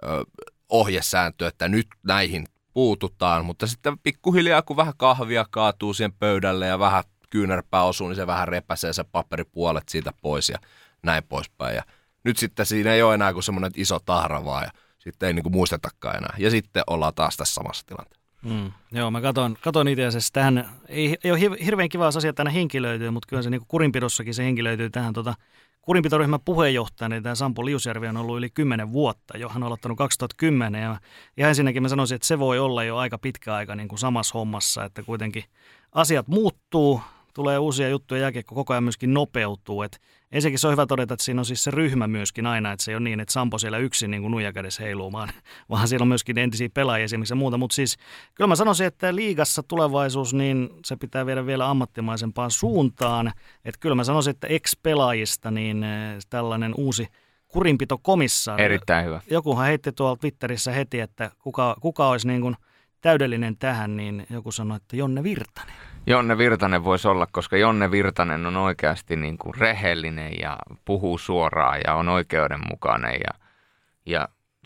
ohjesääntö, että nyt näihin puututaan, mutta sitten pikkuhiljaa, kun vähän kahvia kaatuu siihen pöydälle ja vähän kyynärpää osuu, niin se vähän repäsee se paperipuolet siitä pois ja näin poispäin. Ja nyt sitten siinä ei ole enää kuin semmoinen iso tahra vaan ja sitten ei niinku muistetakaan enää. Ja sitten ollaan taas tässä samassa tilanteessa. Joo, mä katon itse asiassa tähän, ei ole hirveän kiva asia, että tänne henkilöityy, mutta kyllä se niin kurinpidossakin se henkilöityy tähän kurinpitoryhmän puheenjohtajana, niin tämä Sampo Liusjärvi on ollut yli 10 vuotta jo, hän on aloittanut 2010 ja ensinnäkin mä sanoisin, että se voi olla jo aika pitkä aika niin kuin samassa hommassa, että kuitenkin asiat muuttuu, tulee uusia juttuja, jääkiekko koko ajan myöskin nopeutuu, että ensinnäkin se on hyvä todeta, että siinä on siis se ryhmä myöskin aina, että se ei ole niin, että Sampo siellä yksin niin kuin nuijakädessä heiluu, vaan siellä on myöskin entisiä pelaajia esimerkiksi ja muuta, mutta siis kyllä mä sanoisin, että liigassa tulevaisuus, niin se pitää viedä vielä ammattimaisempaan suuntaan, että kyllä mä sanoisin, että ex-pelaajista niin tällainen uusi kurinpitokomissaari. Erittäin hyvä. Jokuhan heitti tuolla Twitterissä heti, että kuka olisi niin kuin täydellinen tähän, niin joku sanoi, että Jonne Virtanen. Jonne Virtanen voisi olla, koska Jonne Virtanen on oikeasti niin kuin rehellinen ja puhuu suoraan ja on oikeudenmukainen ja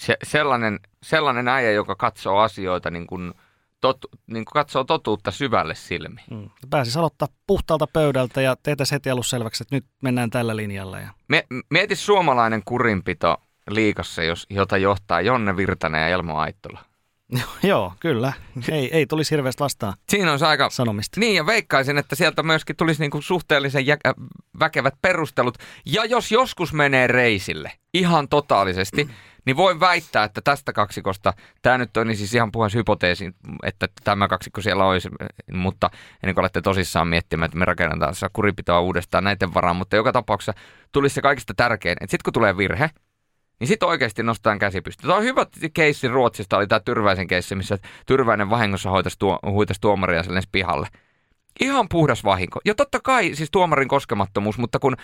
sellainen äijä, joka katsoo asioita niin kuin katsoo totuutta syvälle silmiin. Pääsisi aloittaa puhtaalta pöydältä ja tehtäisiin heti alussa selväksi, että nyt mennään tällä linjalla. Mieti suomalainen kurinpito liigassa, jota johtaa Jonne Virtanen ja Elmo Aittola. Joo, kyllä. Ei tulisi hirveästi vastaan siinä on aika sanomista. Niin, ja veikkaisin, että sieltä myöskin tulisi niinku suhteellisen väkevät perustelut. Ja jos joskus menee reisille ihan totaalisesti, niin voin väittää, että tästä kaksikosta, tämä nyt on niin siis ihan puhas hypoteesi, että tämä kaksikko siellä olisi, mutta ennen kuin olette tosissaan miettimään, että me rakennetaan kurinpitoa uudestaan näiden varaan, mutta joka tapauksessa tulisi se kaikista tärkein, että sitten kun tulee virhe, niin sitten oikeasti nostetaan käsi pystyyn. Tämä on hyvä keissi Ruotsista, oli tämä Tyrväisen keissi, missä Tyrväinen vahingossa huitasi tuomaria sen pihalle. Ihan puhdas vahinko. Ja totta kai siis tuomarin koskemattomuus, mutta kun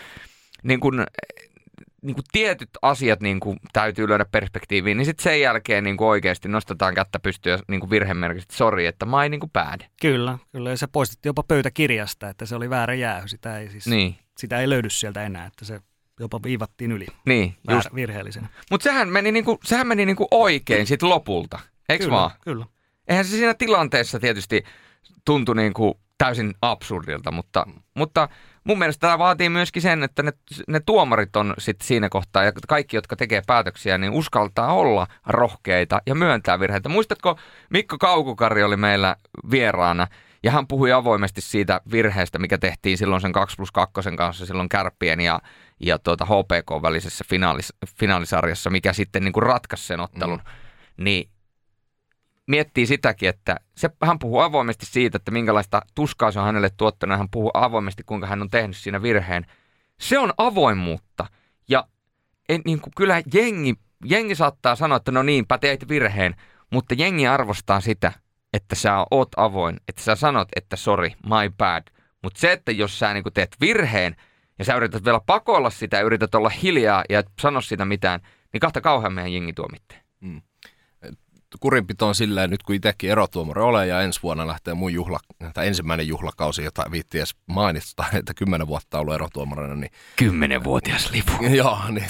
tietyt asiat täytyy löydä perspektiiviin, niin sitten sen jälkeen oikeasti nostetaan kättä pystyyn ja virhemerkistä, sori, että mä ei bad. Kyllä, ja se poistettiin jopa pöytäkirjasta, että se oli väärä jäähy. Sitä ei löydy sieltä enää, että se jopa viivattiin yli virheellisenä. Mutta sehän meni oikein sit lopulta, eikö vaan? Kyllä. Eihän se siinä tilanteessa tietysti tuntui täysin absurdilta, mutta mun mielestä tämä vaatii myöskin sen, että ne tuomarit on sitten siinä kohtaa ja kaikki, jotka tekee päätöksiä, niin uskaltaa olla rohkeita ja myöntää virheitä. Muistatko, Mikko Kaukukari oli meillä vieraana ja hän puhui avoimesti siitä virheestä, mikä tehtiin silloin sen 2+2 kanssa silloin Kärppien ja HPK välisessä finaalisarjassa, mikä sitten ratkaisi sen ottelun, niin miettii sitäkin, että hän puhuu avoimesti siitä, että minkälaista tuskaa se on hänelle tuottanut, hän puhuu avoimesti, kuinka hän on tehnyt siinä virheen. Se on avoimuutta, ja kyllä jengi saattaa sanoa, että no niinpä teit virheen, mutta jengi arvostaa sitä, että sä oot avoin, että sä sanot, että sorry, my bad, mutta se, että jos sä teet virheen, ja sä yrität vielä pakoilla sitä ja yrität olla hiljaa ja et sano siitä mitään, niin kahta kauhean meidän jengi tuomitteen. Kurinpito on silleen, nyt kun itsekin erotuomari olen ja ensi vuonna lähtee mun ensimmäinen juhlakausi, jota viitti edes mainita, että 10 vuotta ollut erotuomarina. Niin 10-vuotias lipu. Joo, niin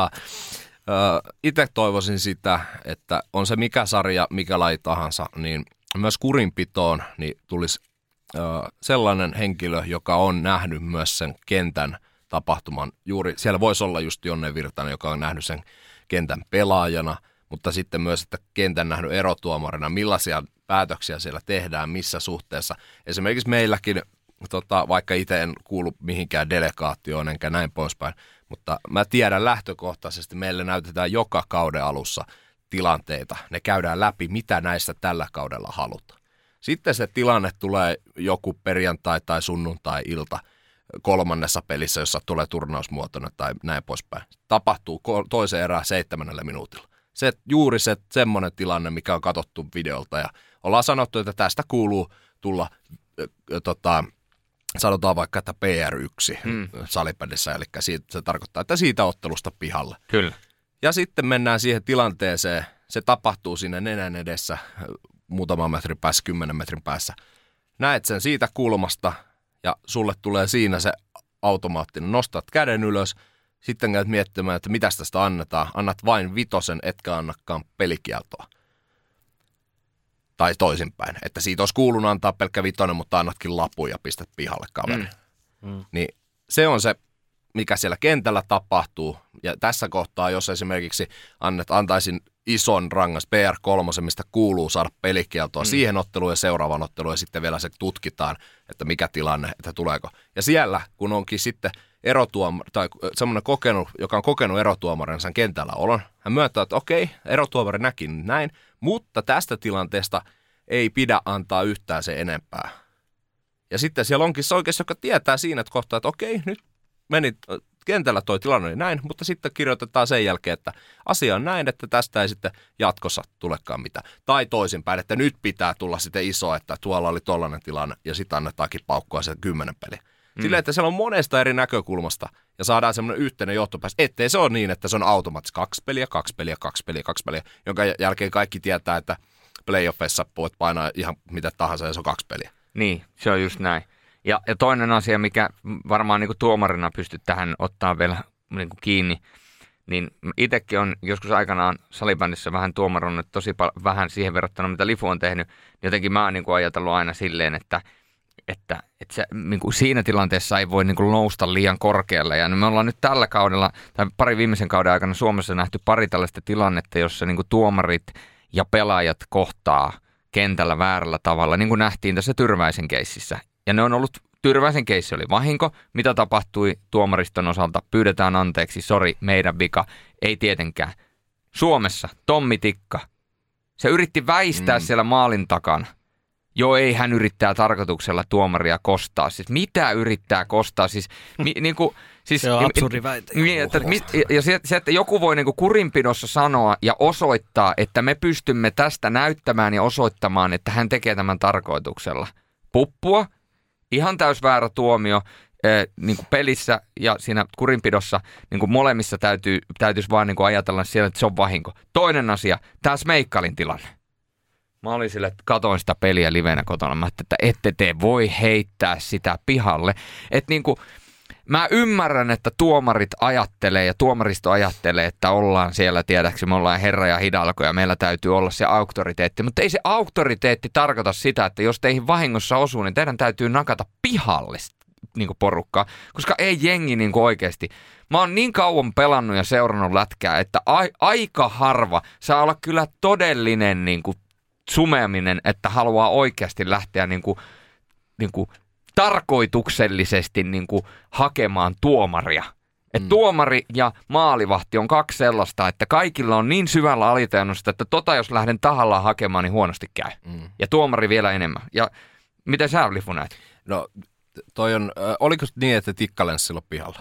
itse toivoisin sitä, että on se mikä sarja, mikä laji tahansa, niin myös kurinpitoon niin tulisi sellainen henkilö, joka on nähnyt myös sen kentän tapahtuman. Juuri siellä voisi olla just Jonne Virtanen, joka on nähnyt sen kentän pelaajana, mutta sitten myös, että kentän nähnyt erotuomarina, millaisia päätöksiä siellä tehdään, missä suhteessa. Esimerkiksi meilläkin, vaikka itse en kuulu mihinkään delegaatioon enkä näin poispäin, mutta mä tiedän lähtökohtaisesti, meille näytetään joka kauden alussa tilanteita. Ne käydään läpi, mitä näistä tällä kaudella halutaan. Sitten se tilanne tulee joku perjantai- tai sunnuntai-ilta 3. pelissä, jossa tulee turnausmuotoinen tai näin poispäin. Tapahtuu toisen erään 7 minuutilla. Juuri semmoinen tilanne, mikä on katsottu videolta ja ollaan sanottu, että tästä kuuluu tulla sanotaan vaikka, että PR1 salipädissä, eli se tarkoittaa, että siitä ottelusta pihalle. Kyllä. Ja sitten mennään siihen tilanteeseen, se tapahtuu siinä nenän edessä muutaman metrin päässä, 10 metrin päässä. Näet sen siitä kulmasta ja sulle tulee siinä se automaattinen, nostat käden ylös, sitten käyt miettimään, että mitäs tästä annetaan. Annat vain 5, etkä annakaan pelikieltoa. Tai toisinpäin, että siitä olisi kuulunut antaa pelkkä 5, mutta annatkin lapun ja pistät pihalle kaverin. Niin se on se, mikä siellä kentällä tapahtuu. Ja tässä kohtaa, jos esimerkiksi antaisin ison rangas PR3, mistä kuuluu saada pelikieltoa siihen otteluun ja seuraavaan otteluun, ja sitten vielä se tutkitaan, että mikä tilanne, että tuleeko. Ja siellä, kun onkin sitten erotuomari, tai semmoinen kokenut, joka on kokenut erotuomarin sen kentällä olon, hän myöntää, että okei, erotuomari näki näin, mutta tästä tilanteesta ei pidä antaa yhtään se enempää. Ja sitten siellä onkin se oikeasti, joka tietää siinä, että kohtaa, että okei, nyt meni kentällä toi tilanne oli näin, mutta sitten kirjoitetaan sen jälkeen, että asia on näin, että tästä ei sitten jatkossa tulekaan mitään. Tai toisinpäin, että nyt pitää tulla sitten iso, että tuolla oli tollainen tilanne ja sitten annetaankin paukkua sen 10 peliä. Silleen, että siellä on monesta eri näkökulmasta ja saadaan semmoinen yhteinen johtopäätös, ettei se ole niin, että se on automaattisesti 2 peliä, 2 peliä, 2 peliä, 2 peliä, jonka jälkeen kaikki tietää, että playoffeissa voit painaa ihan mitä tahansa ja se on 2 peliä. Niin, se on just näin. Ja toinen asia, mikä varmaan niin kuin tuomarina pystyt tähän ottaa vielä niin kuin kiinni, niin itsekin on joskus aikanaan salibändissä vähän tuomarannut tosi vähän siihen verrattuna, mitä Lifu on tehnyt. Jotenkin mä oon niin kuin ajatellut aina silleen, että se, niin kuin siinä tilanteessa ei voi niin kuin nousta liian korkealle. Ja me ollaan nyt tällä kaudella, tai pari viimeisen kauden aikana Suomessa nähty pari tällaista tilannetta, jossa niin kuin tuomarit ja pelaajat kohtaa kentällä väärällä tavalla, niin kuin nähtiin tässä Tyrväisen keississä. Ja ne on ollut, Tyrväisen keissi oli vahinko, mitä tapahtui tuomariston osalta, pyydetään anteeksi, sori, meidän vika, ei tietenkään. Suomessa Tommi Tikka, se yritti väistää siellä maalin takana. Joo, ei hän yrittää tarkoituksella tuomaria kostaa. Siis mitä yrittää kostaa? Siis, se on absurdi väite. Ja se, että joku voi niin kuin kurinpidossa sanoa ja osoittaa, että me pystymme tästä näyttämään ja osoittamaan, että hän tekee tämän tarkoituksella. Puppua, ihan täysväärä tuomio niin kuin pelissä ja siinä kurinpidossa niin kuin molemmissa täytyisi vaan niin kuin ajatella siellä, että se on vahinko. Toinen asia, tämä Smeikkalin tilanne. Mä olin sille, että katoin sitä peliä livenä kotona. Mä ajattelin, että ette te voi heittää sitä pihalle. Että niin kuin, mä ymmärrän, että tuomarit ajattelee ja tuomaristo ajattelee, että ollaan siellä, tiedäkseni, me ollaan herra ja hidalko ja meillä täytyy olla se auktoriteetti. Mutta ei se auktoriteetti tarkoita sitä, että jos teihin vahingossa osuu, niin teidän täytyy nakata pihalle niin kuin porukkaa. Koska ei jengi niin kuin oikeasti. Mä oon niin kauan pelannut ja seurannut lätkää, että aika harva saa olla kyllä todellinen niin kuin sumeaminen, että haluaa oikeasti lähteä niin kuin tarkoituksellisesti niin kuin hakemaan tuomaria. Et tuomari ja maalivahti on 2 sellaista, että kaikilla on niin syvällä alitajunnassa, että jos lähden tahallaan hakemaan, niin huonosti käy. Ja tuomari vielä enemmän. Ja miten sä, Lifu, näet? No toi on, oliko niin, että Tikka lensi silloin pihalla?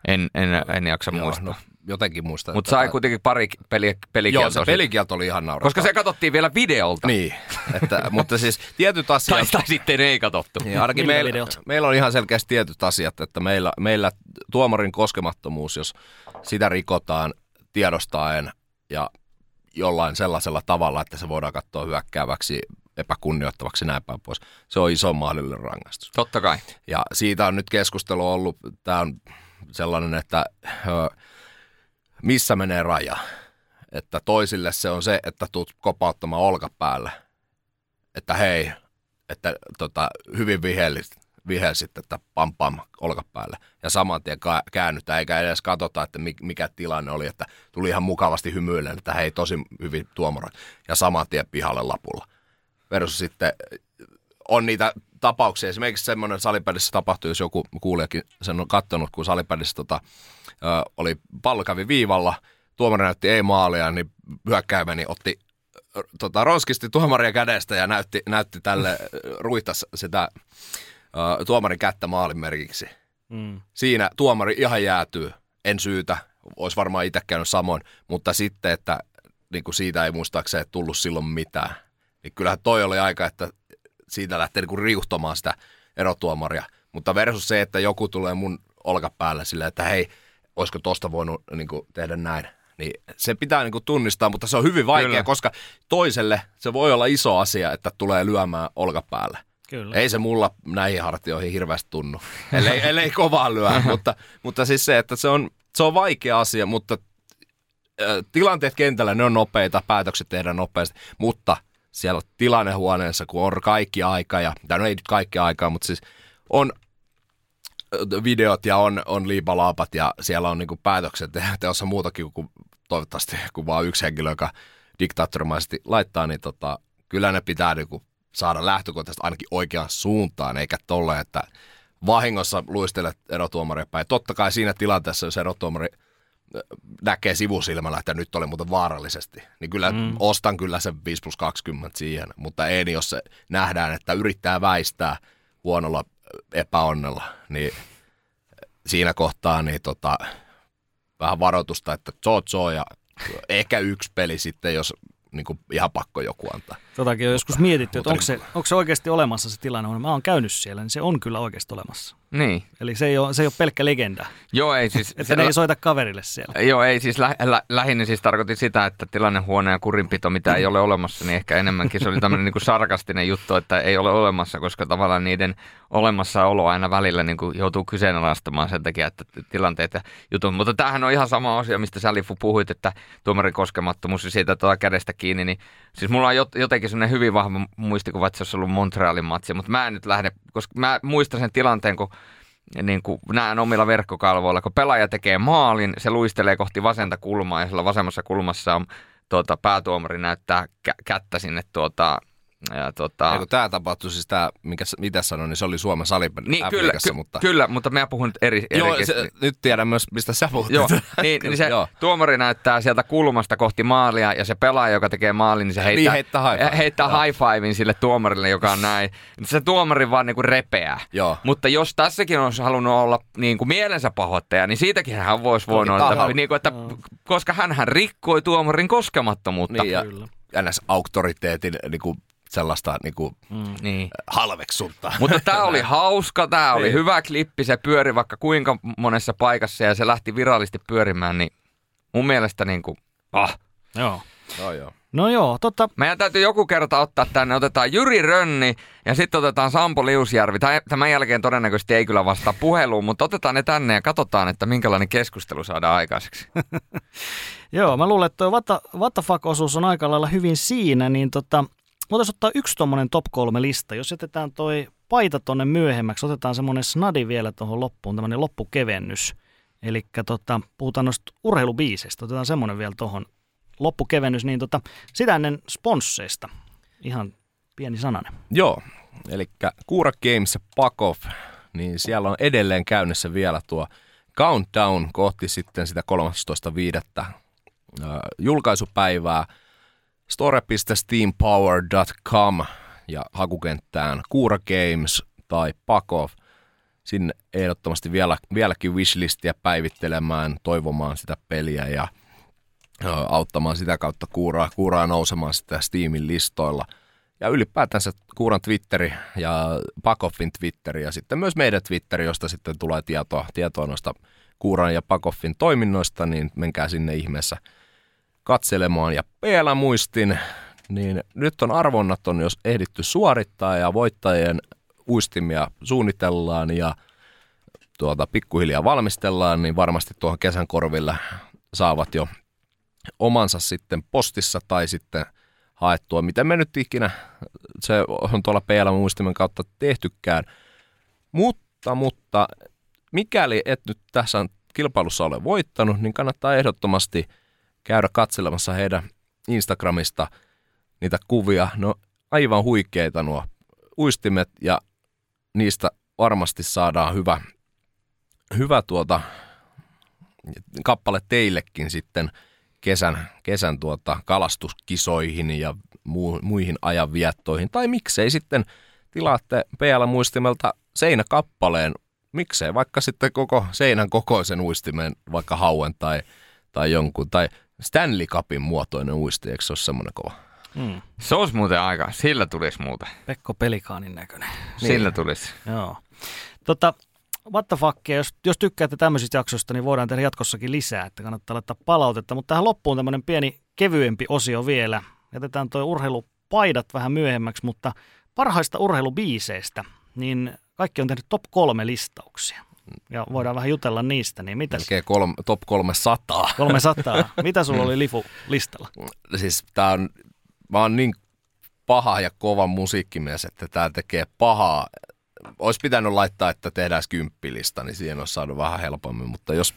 En jaksa muistaa. No, jotenkin muistaa. Mutta sai kuitenkin pari pelikieltoa. Joo, se pelikielto oli ihan naurettava. Koska se katsottiin vielä videolta. Niin, mutta siis tietyt asiat... tai sitten ei katsottu. Niin, ainakin meillä on ihan selkeästi tietyt asiat, että meillä tuomarin koskemattomuus, jos sitä rikotaan tiedostaen ja jollain sellaisella tavalla, että se voidaan katsoa hyökkääväksi, epäkunnioittavaksi näin päin pois. Se on iso mahdollinen rangaistus. Totta kai. Ja siitä on nyt keskustelu ollut, tämä on sellainen, että missä menee raja. Että toisille se on se, että tuut kopauttamaan olkapäälle. Että hei, että hyvin vihelsit, että pam pam olkapäälle. Ja saman tien käännytään, eikä edes katsota, että mikä tilanne oli, että tuli ihan mukavasti hymyillen, että hei, tosi hyvin tuomari. Ja saman tien pihalle lapulla. Versus sitten on niitä tapauksia. Esimerkiksi semmoinen salipädissä tapahtui, jos joku kuulijakin sen on katsonut, kun salipädissä oli pallo kävi viivalla, tuomari näytti ei maalia, niin hyökkääjä meni, otti ronskisti tuomaria kädestä ja näytti tälle ruittas sitä tuomarin kättä maalin merkiksi. Siinä tuomari ihan jäätyy, en syytä, olisi varmaan itse käynyt samoin, mutta sitten, että niin kuin siitä ei muistaakseni tullut silloin mitään. Niin kyllähän toi oli aika, että siitä lähtee niin kuin riuhtomaan sitä erotuomaria. Mutta versus se, että joku tulee mun olkapäällä silleen, että hei, olisiko tosta voinut niin kuin, tehdä näin. Niin se pitää niin kuin, tunnistaa, mutta se on hyvin vaikea, Kyllä. koska toiselle se voi olla iso asia, että tulee lyömään olkapäälle. Kyllä. Ei se mulla näihin hartioihin hirveästi tunnu, ellei kovaa lyö, mutta siis se, että se on vaikea asia, mutta tilanteet kentällä, ne on nopeita, päätökset tehdään nopeasti, mutta siellä tilannehuoneessa, kun on kaikki aika, tai no ei nyt kaikki aikaa, mutta siis on videot ja on liipalaapat ja siellä on niinku päätökset teossa muutakin kuin toivottavasti kuin vaan yksi henkilö, joka diktaattorimaisesti laittaa, niin kyllä ne pitää niinku saada lähtökohtaisesti ainakin oikeaan suuntaan, eikä tolleen, että vahingossa luistelet erotuomaria päin. Totta kai siinä tilanteessa, jos erotuomari näkee sivusilmällä, että nyt oli muuten vaarallisesti, niin kyllä ostan kyllä sen 5+20 siihen, mutta ei, jos se nähdään, että yrittää väistää huonolla epäonnella, niin siinä kohtaa niin vähän varoitusta, että ja ehkä yksi peli sitten, jos niin kuin ihan pakko joku antaa. Totakin on joskus mietitty, että onko se oikeasti olemassa se tilanne. Mä oon käynyt siellä, niin se on kyllä oikeasti olemassa. Niin. Eli se ei ole pelkkä legenda. Joo, ei siis... että ne ei soita kaverille siellä. Joo, ei siis lähinnä siis tarkoitin sitä, että tilannehuone ja kurinpito, mitä ei ole olemassa, niin ehkä enemmänkin se oli tämmöinen niin kuin sarkastinen juttu, että ei ole olemassa, koska tavallaan niiden olemassaolo aina välillä niin kuin joutuu kyseenalaistamaan sen takia, että tilanteet ja jutut. Mutta tämähän on ihan sama asia, mistä sä Lifu puhuit, että tuomarin koskemattomuus ja siitä kädestä kiinni, niin siis mulla on jotenkin sellainen hyvin vahva muistikuva, että se olisi ollut Montrealin matsi, mutta mä en nyt lähde, koska mä muistan sen tilanteen, kun niin kuin näen omilla verkkokalvoilla, kun pelaaja tekee maalin, se luistelee kohti vasenta kulmaa ja sillä vasemmassa kulmassa on päätuomari näyttää kättä sinne ja kun tämä tapahtui, siis tämä, mitä sanoin, niin se oli Suomen salibändi niin, mutta... Kyllä, mutta mä puhun nyt eri nyt tiedän myös, mistä sä puhut. Joo, niin se tuomari näyttää sieltä kulmasta kohti maalia, ja se pelaaja, joka tekee maalin, niin se heittää high fivein sille tuomarille, joka on näin. Se tuomari vaan niin kuin repeää. Joo. Mutta jos tässäkin olisi halunnut olla niin kuin mielensä pahoittaja, niin siitäkin hän voisi voinut olla, niin kuin, että koska hänhän rikkoi tuomarin koskemattomuutta. Niin, ja NS-auktoriteetin niin kuin sellaista halveksuntaa. Mutta tämä oli hauska, tämä oli hyvä klippi, se pyöri vaikka kuinka monessa paikassa ja se lähti virallisesti pyörimään, niin mun mielestä Joo. No joo, Meidän täytyy joku kerta ottaa tänne, otetaan Jyri Rönni ja sitten otetaan Sampo Liusjärvi. Tämän jälkeen todennäköisesti ei kyllä vastaa puheluun, mutta otetaan ne tänne ja katsotaan, että minkälainen keskustelu saadaan aikaiseksi. Joo, mä luulen, että tuo What the fuck-osuus on aika lailla hyvin siinä, niin voitaisiin ottaa yksi tuommoinen top 3 lista. Jos jätetään toi paita tonne myöhemmäksi, otetaan semmoinen snadi vielä tuohon loppuun, tämmöinen loppukevennys. Eli puhutaan noista urheilubiiseistä, otetaan semmoinen vielä tuohon loppukevennys, niin sitä ennen sponsseista. Ihan pieni sananen. Joo, eli Kuura Games ja Pakov, niin siellä on edelleen käynnissä vielä tuo countdown kohti sitten sitä 13.5. Julkaisupäivää. store.steampower.com ja hakukenttään Kuura Games tai Pakov. Sinne ehdottomasti vieläkin wishlistiä päivittelemään, toivomaan sitä peliä ja auttamaan sitä kautta Kuuraa nousemaan sitä Steamin listoilla. Ja ylipäätänsä Kuuran Twitteri ja Pakovin Twitteri ja sitten myös meidän Twitteri, josta sitten tulee tietoa noista Kuuran ja Pakovin toiminnoista, niin menkää sinne ihmeessä katselemaan. Ja PL-muistin, niin nyt on arvonnat on jos ehditty suorittaa ja voittajien uistimia suunnitellaan ja pikkuhiljaa valmistellaan, niin varmasti tuohon kesän korville saavat jo omansa sitten postissa tai sitten haettua, mitä me nyt ikinä se on tuolla PL-muistimen kautta tehtykään. Mutta mikäli et nyt tässä kilpailussa ole voittanut, niin kannattaa ehdottomasti käydä katselemassa heidän Instagramista niitä kuvia. No aivan huikeita nuo uistimet ja niistä varmasti saadaan hyvä kappale teillekin sitten kesän kalastuskisoihin ja muihin ajanviettoihin. Tai miksei sitten tilaatte PL-muistimelta seinäkappaleen, miksei vaikka sitten koko seinän kokoisen uistimen, vaikka hauen tai jonkun, tai Stanley Cupin muotoinen uisti, eikö se ole semmoinen kova? Se olisi muuten aika, sillä tulisi muuten. Pekko Pelikaanin näköinen. Sillä tulisi. Joo. What the fuck, jos tykkäätte tämmöisistä jaksoista, niin voidaan tehdä jatkossakin lisää, että kannattaa laittaa palautetta. Mutta tähän loppuun tämmöinen pieni kevyempi osio vielä. Jätetään toi urheilupaidat vähän myöhemmäksi, mutta parhaista urheilubiiseistä, niin kaikki on tehnyt top 3 listauksia. Ja voidaan vähän jutella niistä, niin mitäs? Melkein top 300. 300. Mitä sulla oli Lifu-listalla? Siis mä oon niin paha ja kova musiikkimies, että tää tekee pahaa. Olisi pitänyt laittaa, että tehdään 10-lista, niin siihen olisi saanut vähän helpommin, mutta jos...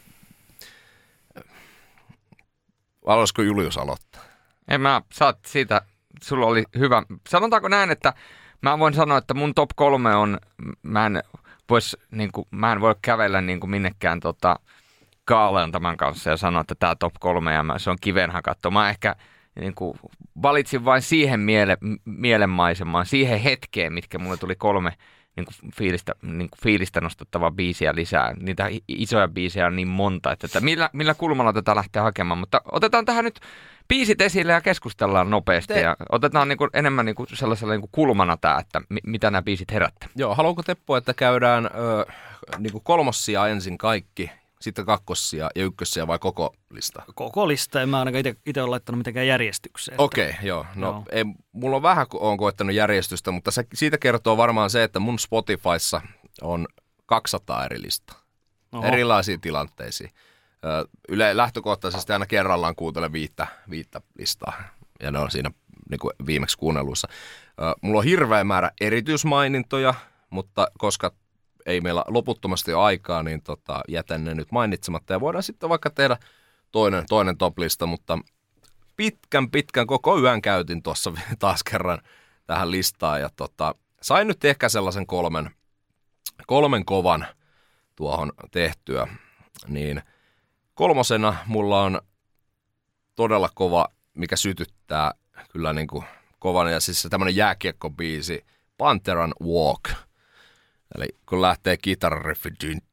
Haluaisiko Julius aloittaa? Saat siitä, sulla oli hyvä. Sanotaanko näin, että mä voin sanoa, että mun top 3 on, mä en voi kävellä minnekään gaalaan tämän kanssa ja sanoa, että tää top 3 ja se on kivenhakattu. Mä ehkä valitsin siihen mielenmaisemaan, siihen hetkeen, mitkä mulle tuli 3 fiilistä nostettavaa biisiä lisää. Niitä isoja biisejä on niin monta, että millä kulmalla tätä lähtee hakemaan. Mutta otetaan tähän nyt biisit esille ja keskustellaan nopeasti. Ja otetaan enemmän sellaisella kulmana tämä, että mitä nämä biisit herättää. Joo, haluatko Teppo, että käydään kolmossia ensin kaikki, sitten kakkossia ja ykkössiä vai koko lista? Koko lista, en mä ainakaan itse ole laittanut mitenkään järjestykseen. Okei, joo. No, ei, mulla on vähän koettanut järjestystä, mutta siitä kertoo varmaan se, että mun Spotifyssa on 200 eri listaa. Oho. Erilaisiin tilanteisiin. Lähtökohtaisesti aina kerrallaan kuuntelen viittä listaa, ja ne on siinä viimeksi kuunnelluissa. Mulla on hirveä määrä erityismainintoja, mutta koska ei meillä loputtomasti ole aikaa, niin jätän ne nyt mainitsematta. Ja voidaan sitten vaikka tehdä toinen top-lista, mutta pitkän koko yön käytin tuossa taas kerran tähän listaan. Ja sain nyt ehkä sellaisen kolmen kovan tuohon tehtyä. Niin 3. mulla on todella kova, mikä sytyttää kyllä kovan. Ja siis tämmöinen jääkiekkobiisi, Pantheran Walk. Eli kun lähtee kitarariffi,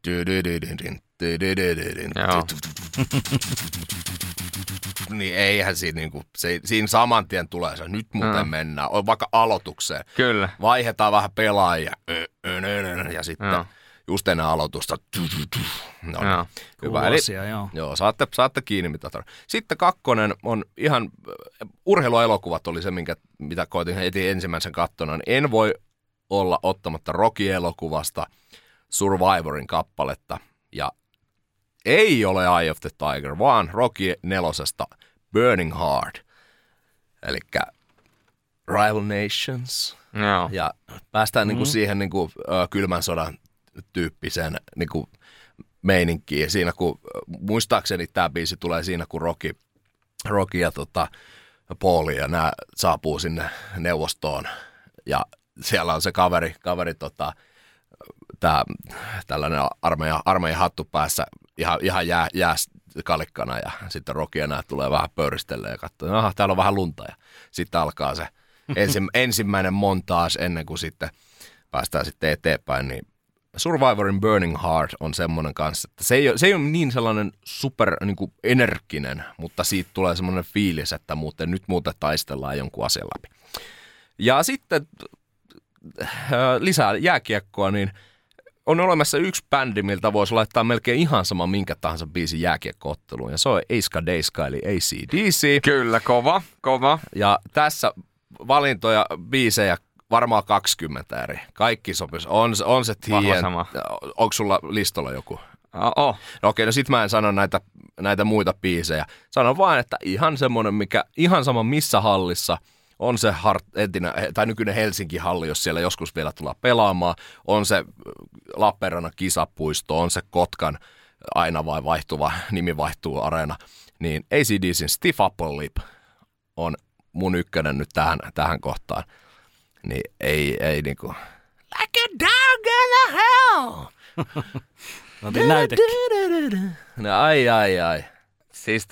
niin eihän siinä, siinä saman tien tulee se, nyt muuten mennään, on vaikka aloitukseen. Kyllä. Vaihdetaan vähän pelaajia ja sitten just ennen aloitusta. No, hyvä. Eli, joo, saatte kiinni mitä tarvitsee. Sitten 2 on ihan, urheiluelokuvat oli se, mitä koitin heti ensimmäisen kattona. En voi olla ottamatta Rocky-elokuvasta Survivorin kappaletta. Ja ei ole Eye of the Tiger, vaan Rocky 4 Burning Heart. Elikkä Rival Nations. No. Ja päästään siihen kylmän sodan tyyppiseen meininkiin. Siinä kun, muistaakseni tämä biisi tulee siinä, kun Rocky ja Paul ja nämä saapuu sinne neuvostoon. Ja siellä on se kaveri tällainen armeijan hattu päässä ihan jää kalikkana ja sitten Rocky ja nämä tulee vähän pöyristelee ja katsoo, aha, täällä on vähän lunta ja sitten alkaa se ensimmäinen montage ennen kuin sitten päästään sitten eteenpäin, niin Survivorin Burning Heart on semmoinen kanssa, että se ei ole niin sellainen super energinen, mutta siitä tulee semmoinen fiilis, että nyt muuten taistellaan jonkun asian läpi. Ja sitten lisää jääkiekkoa, niin on olemassa yksi bändi, miltä voisi laittaa melkein ihan sama minkä tahansa biisin jääkiekko-otteluun, ja se on Eiska Deiska, eli AC/DC. Kyllä, kova. Ja tässä valintoja, biisejä varmaan 20 eri. Kaikki sopisi. On se tien. Onko sulla listalla joku? No okei, no sit mä en sano näitä muita biisejä. Sanon vaan, että ihan semmoinen, mikä ihan sama missä hallissa on se entinen, tai nykyinen Helsinki-halli, jos siellä joskus vielä tullaan pelaamaan, on se Lappeenrannan kisapuisto, on se Kotkan aina vai nimi vaihtuu areena, niin AC/DC:n Stiff Upper Lip on mun ykkönen nyt tähän kohtaan. Niin ei niinku like a dog in the hell. Otin näytekin. No ai. Siis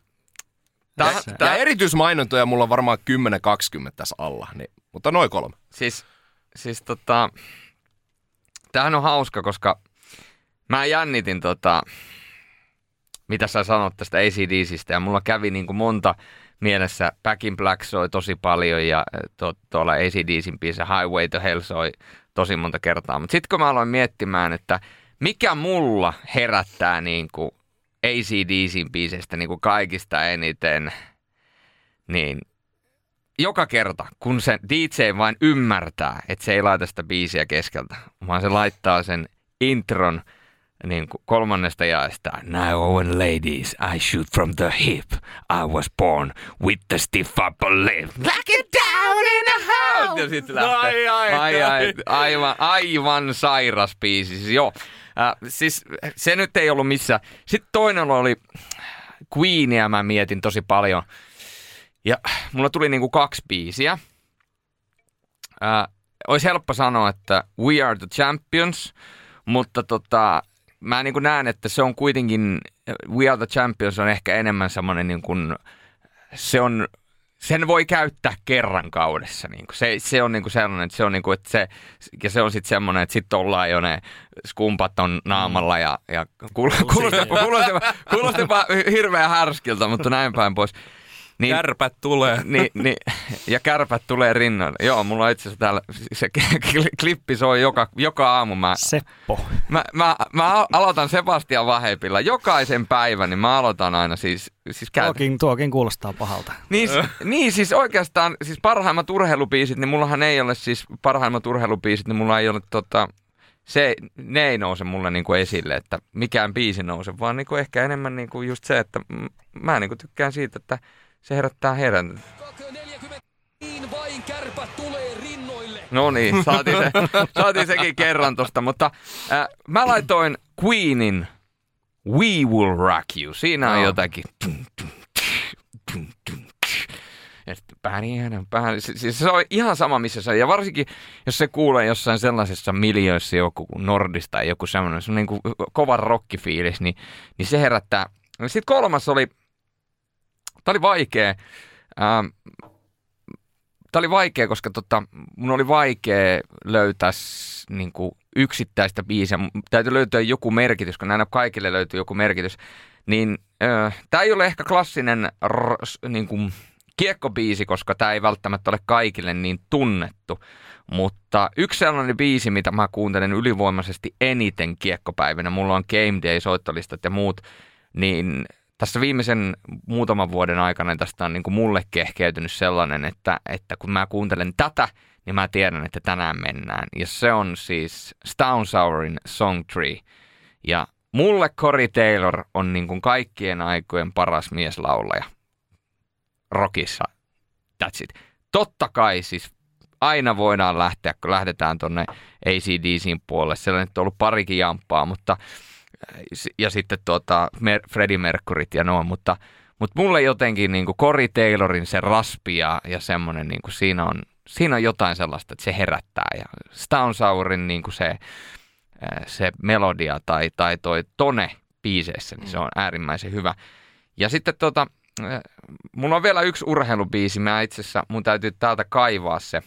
ja erityismainontoja mulla on varmaan 10-20 tässä alla, niin, mutta noin 3. Siis tämähän on hauska, koska mä jännitin mitä sä sanot tästä AC/DC:stä ja mulla kävi monta mielessä. Back in Black soi tosi paljon ja tuolla AC/DC:n biisissä Highway to Hell soi tosi monta kertaa. Mutta sitten kun mä aloin miettimään, että mikä mulla herättää niin kuin AC/DC:n biiseistä niin kuin kaikista eniten, niin joka kerta, kun se DJ vain ymmärtää, että se ei laita sitä biisiä keskeltä, vaan se laittaa sen intron niin kuin 3. jaesta. Now when ladies, I shoot from the hip. I was born with the stiff upper lip. Back it down in the house. Ja sitten lähtee. Aivan sairas biisi. Siis, joo. Siis se nyt ei ollut missään. Sitten toinen oli Queenia, mä mietin tosi paljon. Ja mulla tuli niinku 2 biisiä. Olisi helppo sanoa, että We Are the Champions, mutta mä niin kuin näen, että se on kuitenkin, We Are the Champions on ehkä enemmän semmoinen, niin kuin, sen voi käyttää kerran kaudessa. Niin kuin. Se on niin kuin sellainen, että se on, niin kuin, että se on sitten semmoinen, että sitten ollaan jo ne skumpat on naamalla ja kuulostipa hirveän härskiltä, mutta näin päin pois. Niin, kärpät tulee. Ja kärpät tulee rinnalle. Joo, mulla on itse asiassa täällä se klippi soi joka aamu. Seppo. Mä aloitan Sebastian Vahepilla. Jokaisen päivän, niin mä aloitan aina siis Tuokin kuulostaa pahalta. Niin siis oikeastaan siis parhaimmat urheilubiisit, niin mullahan ei ole siis niin mulla ei ole ne ei nouse mulle niinku esille, että mikään biisi nouse, vaan niinku ehkä enemmän niinku just se, että mä niinku tykkään siitä, että se herättää heidän. No niin, saatiin sekin kerran tosta, mutta mä laitoin Queenin We Will Rock You. Siinä on jotakin. Ja sitten siis se on ihan sama, missä se on. Ja varsinkin, jos se kuulee jossain sellaisessa miljöissä joku Nordista tai joku semmoinen, se on niin kuin kova rockifiilis, niin se herättää. Sitten 3. oli, tää oli vaikea. Tää oli vaikea, koska mun oli vaikea löytää niin kuin yksittäistä biisiä. Täytyy löytää joku merkitys, kun näin kaikille löytyy joku merkitys. Niin tää ei ole ehkä klassinen niin kuin kiekkobiisi, koska tämä ei välttämättä ole kaikille niin tunnettu, mutta yksi sellainen biisi, mitä mä kuuntelen ylivoimaisesti eniten kiekkopäivinä, mulla on Game Day-soittolistat ja muut, niin tässä viimeisen muutaman vuoden aikana tästä on niin kuin mulle kehkeytynyt sellainen, että kun mä kuuntelen tätä, niin mä tiedän, että tänään mennään. Ja se on siis Stone Sourin Song Tree. Ja mulle Corey Taylor on niin kuin kaikkien aikojen paras mieslaulaja. Rockissa. That's it. Totta kai siis aina voidaan lähteä, kun lähdetään tonne AC/DC:n puolelle. Siellä on nyt ollut parikin jamppaa, mutta ja sitten Freddie Mercuryt ja noin, mutta mulle jotenkin niin kuin Corey Taylorin se raspi ja semmoinen, niin kuin siinä on jotain sellaista, että se herättää. Ja Stone Sourin niin kuin se melodia tai toi tone biiseissä, niin se on äärimmäisen hyvä. Ja sitten mulla on vielä yksi urheilubiisi. Mä itse asiassa, mun täytyy täältä kaivaa se.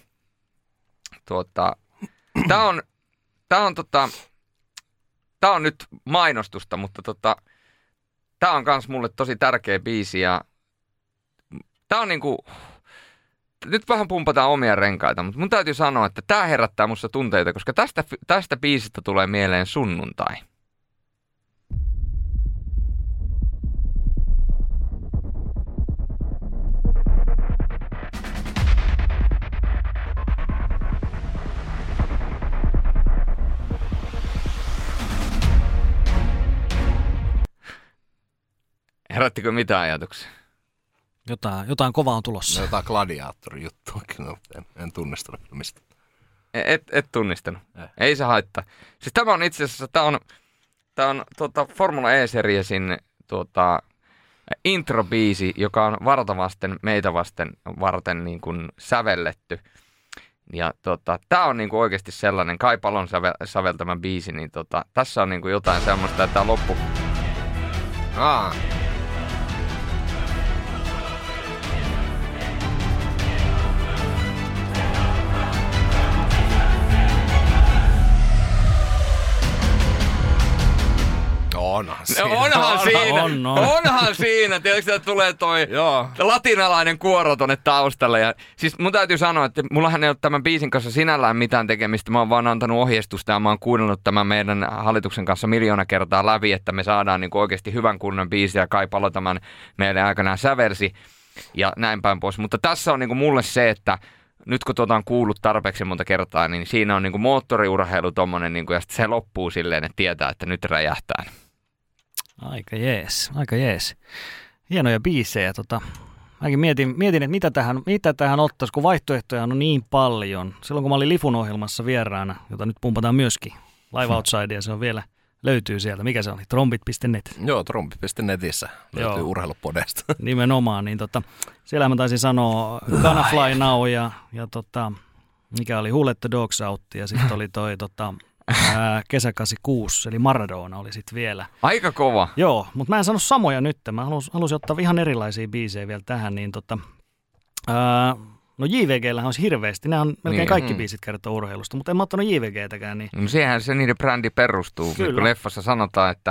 Tää on nyt mainostusta, mutta tää on kans mulle tosi tärkeä biisi ja tää on niinku, nyt vähän pumpataan omia renkaita, mutta mun täytyy sanoa, että tää herättää musta tunteita, koska tästä biisistä tulee mieleen Sunnuntai. Herättikö mitään ajatuksia? Jotain kovaa on tulossa. Jotain gladiaattorijuttuakin, en tunnistanut mistä. Et tunnistanut. Ei se haittaa. Siis tämä on itse asiassa, tämä on Formula E-seriesin introbiisi, joka on meitä varten niin kuin sävelletty. Ja tämä on niin kuin oikeasti sellainen Kai Palon säveltämä biisi, niin tässä on niin kuin jotain semmoista, että tämä loppu. siinä. No onhan siinä. On. Onhan siinä. Tiedätkö, että tulee toi latinalainen kuoro tonne taustalle. Ja, siis mun täytyy sanoa, että mullahan ei ole tämän biisin kanssa sinällään mitään tekemistä. Mä oon vaan antanut ohjeistusta ja mä oon kuunnellut tämän meidän hallituksen kanssa 1,000,000 kertaa läpi, että me saadaan niin oikeasti hyvän kunnon biisi ja Kai Palo tämän meidän aikanaan sävelsi ja näin päin pois. Mutta tässä on niin kuin mulle se, että nyt kun on kuullut tarpeeksi monta kertaa, niin siinä on niin kuin moottoriurheilu tommonen, niin kuin, ja sitten se loppuu silleen, että tietää, että nyt räjähtää. Aika jees. Hienoja biisejä. Mäkin mietin, että mitä tähän ottaisi, kun vaihtoehtoja on niin paljon. Silloin kun mä olin Lifun ohjelmassa vieraana, jota nyt pumpataan myöskin, Live Outside, ja se on vielä, löytyy sieltä. Mikä se oli? Trombit.net. Joo, Trombit.netissä löytyy urheilupodesta. Nimenomaan, niin siellä mä taisin sanoa Gonna Fly Now ja mikä oli Who Let the Dogs Out, ja sitten oli toi Kesä 86, eli Maradona oli sitten vielä. Aika kova. Joo, mutta mä en sano samoja nyt. Mä halusin ottaa ihan erilaisia biisejä vielä tähän, niin no JVG:llähän olisi hirveästi. Nämä on melkein kaikki biisit kertoo urheilusta, mutta en mä ottanut JVG:täkään. Niin. No sehän se niiden brändi perustuu. Kyllä. Kun leffassa sanotaan, että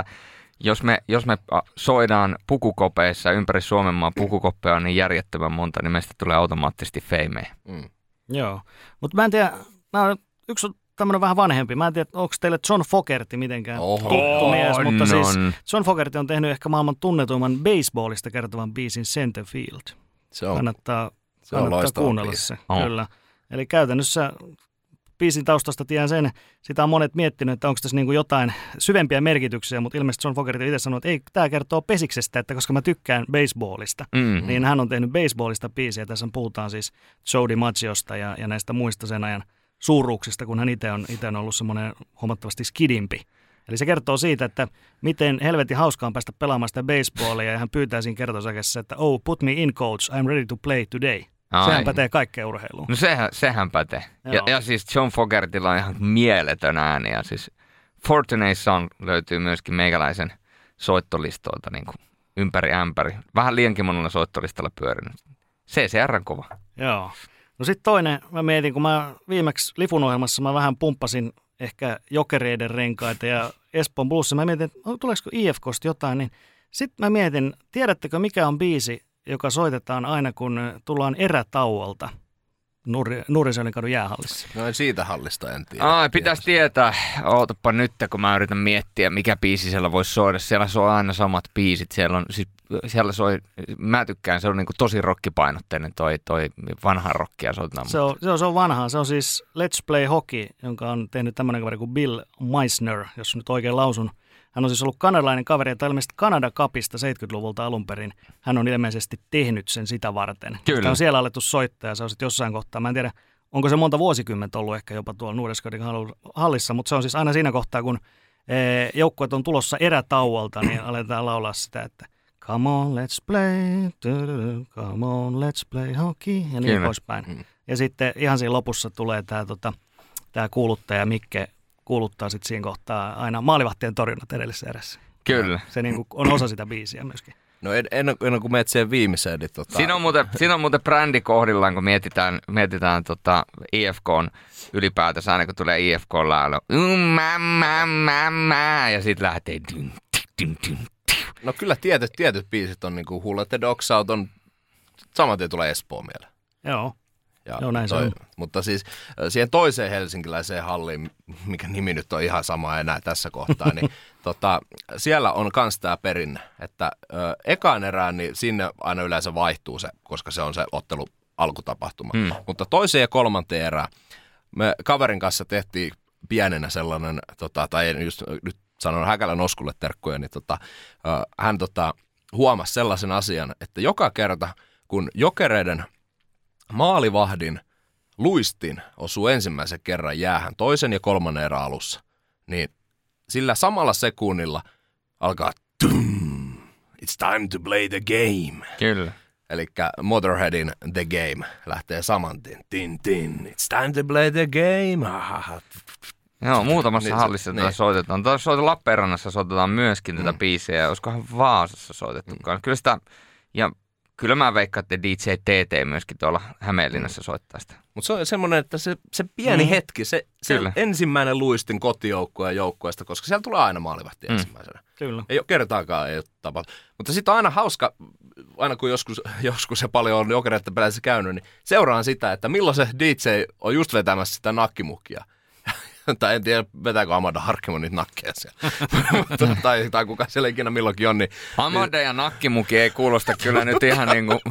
jos me soidaan pukukopeissa ympäri Suomenmaan pukukoppeja on niin järjettömän monta, niin meistä tulee automaattisesti feimejä. Joo, mutta mä en tiedä, yksi on tämmöinen vähän vanhempi. Mä en tiedä, onko teille John Fogerty mitenkään tuttu mies, mutta siis John Fogerty on tehnyt ehkä maailman tunnetuimman baseballista kertovan biisin Center Field. Kannattaa kuunnella se. Kyllä. Eli käytännössä biisin taustasta tiedän sen, sitä on monet miettinyt, että onko tässä niinku jotain syvempiä merkityksiä, mutta ilmeisesti John Fogerty itse sanoi, että ei, tämä kertoo Pesiksestä, että koska mä tykkään baseballista, niin hän on tehnyt baseballista biisiä. Tässä puhutaan siis Joe DiMaggiosta ja näistä muista sen ajan suuruuksista, kun hän itse on ollut semmoinen huomattavasti skidimpi. Eli se kertoo siitä, että miten helvetin hauskaa on päästä pelaamaan sitä baseballia, ja hän pyytää siinä kertosäkeessä, että put me in coach, I'm ready to play today. Sehän pätee kaikkeen urheiluun. No sehän pätee. Ja siis John Fogertylla on ihan mieletön ääni, ja siis Fortunate Son löytyy myöskin meikäläisen soittolistoilta niin kuin ympäri ämpäri. Vähän liiankin monella soittolistalla pyörinyt. CCR kova. Joo. No sitten toinen, mä mietin, kun mä viimeksi Lifun ohjelmassa mä vähän pumppasin ehkä Jokereiden renkaita ja Espoon Blues, mä mietin, että tuleeko IFK:sta jotain, niin sitten mä mietin, tiedättekö mikä on biisi, joka soitetaan aina kun tullaan erätauolta Nurriselin kadun jäähallissa? No siitä hallista en tiedä. Pitäisi tietää. Ootapa nyt, kun mä yritän miettiä, mikä biisi siellä voisi soida. Siellä soi aina samat biisit. Siellä soi, mä tykkään, se on niinku tosi rockipainotteinen toi vanha rockia soitetaan. Se on vanhaa. Se on siis Let's Play Hockey, jonka on tehnyt tämmöinen kaveri kuin Bill Meissner, jos nyt oikein lausun. Hän on siis ollut kanadalainen kaveri, ja ilmeisesti Canada Cupista 70-luvulta alun perin. Hän on ilmeisesti tehnyt sen sitä varten. Kyllä. Sitä on siellä alettu soittaa, ja se on sitten jossain kohtaa. Mä en tiedä, onko se monta vuosikymmentä ollut ehkä jopa tuolla Nuudeskadin hallissa, mutta se on siis aina siinä kohtaa, kun joukkueet on tulossa erätauolta, niin aletaan laulaa sitä, että come on, let's play, come on, let's play hockey, ja niin poispäin. Ja sitten ihan siinä lopussa tulee tämä kuuluttaja Mikke, kuuluttaa sitten siinä kohtaa aina maalivahtien torjunnat edellisessä erässä. Kyllä. Se niin kuin on osa sitä biisiä myöskin. No ennen kuin menet siihen viimeiseen, niin Siinä on muuten brändi kohdillaan, kun mietitään IFK:n ylipäätänsä, aina kun tulee IFK-laulu. Ja sitten lähtee. No kyllä tietyt biisit on niin kuin Who Let the Dogs Out on, saman tien tulee Espoo mieleen. Joo. Joo, näin se on. Mutta siis siihen toiseen helsinkiläiseen halliin, mikä nimi nyt on ihan sama enää tässä kohtaa, niin siellä on myös tämä perinne, että ekaan erään, niin sinne aina yleensä vaihtuu se, koska se on se ottelu alkutapahtuma. Mutta toiseen ja kolmanteen erään me kaverin kanssa tehtiin pienenä sellainen, tai just nyt sanon Häkälän Oskulle terkkuja, niin hän huomasi sellaisen asian, että joka kerta, kun Jokereiden maalivahdin luistin osuu ensimmäisen kerran jäähän toisen ja kolmannen erän alussa, niin sillä samalla sekunnilla alkaa it's time to play the game. Kyllä. Elikkä Motorheadin The Game lähtee saman tien. It's time to play the game. Joo, muutamassa hallissa tätä soitetaan. Lappeenrannassa soitetaan myöskin tätä biisiä, ja olisikohan Vaasassa soitettukaan. Kyllä sitä, ja kyllä mä veikkaan, että DJ TT myöskin tuolla Hämeenlinnassa soittaa sitä. Mutta se on semmoinen, että se pieni hetki, se ensimmäinen luistin kotijoukkueen joukkueesta, koska siellä tulee aina maalivahti ensimmäisenä. Kyllä. Ei ole kertaakaan, ei ole tapahtunut. Mutta sitten on aina hauska, aina kun joskus se paljon on Jokereiden peleissä käynyt, niin seuraan sitä, että milloin se DJ on just vetämässä sitä nakkimukia. Tai en tiedä, vetääkö Amanda Harkimo niitä nakkeja siellä. tai kuka siellä ikinä milloinkin on. Niin, Amanda ja nakkimuki ei kuulosta kyllä nyt ihan niin kuin...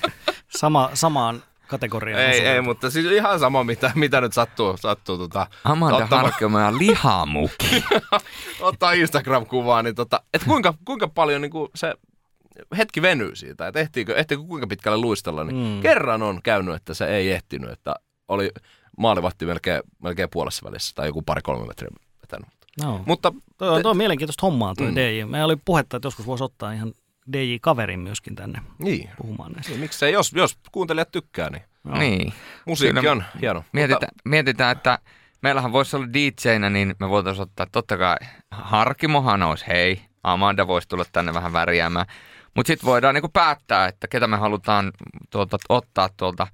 Samaan kategoriaan. Ei, mutta siis ihan sama, mitä nyt sattuu Amanda Harkimo ja lihamuki. Ottaa Instagram-kuvaa, niin että kuinka paljon niin kuin se hetki venyy siitä, että ehtiikö kuinka pitkälle luistella, niin kerran on käynyt, että se ei ehtinyt, että oli maalivahti melkein puolessa välissä tai joku 2-3 metriä vetänyt. No. Mutta tuo on mielenkiintoista hommaa tuo DJ. Meillä oli puhetta, että joskus voisi ottaa ihan DJ-kaverin myöskin tänne puhumaan näistä. Niin, miksei, jos kuuntelijat tykkää, niin, niin. Musiikki kyllä on hieno. Mietitään, että meillähän voisi olla DJ:nä, niin me voitaisiin ottaa totta kai Harkimohan olisi, hei, Amanda voisi tulla tänne vähän värjäämään. Mutta sitten voidaan niinku päättää, että ketä me halutaan ottaa tuolta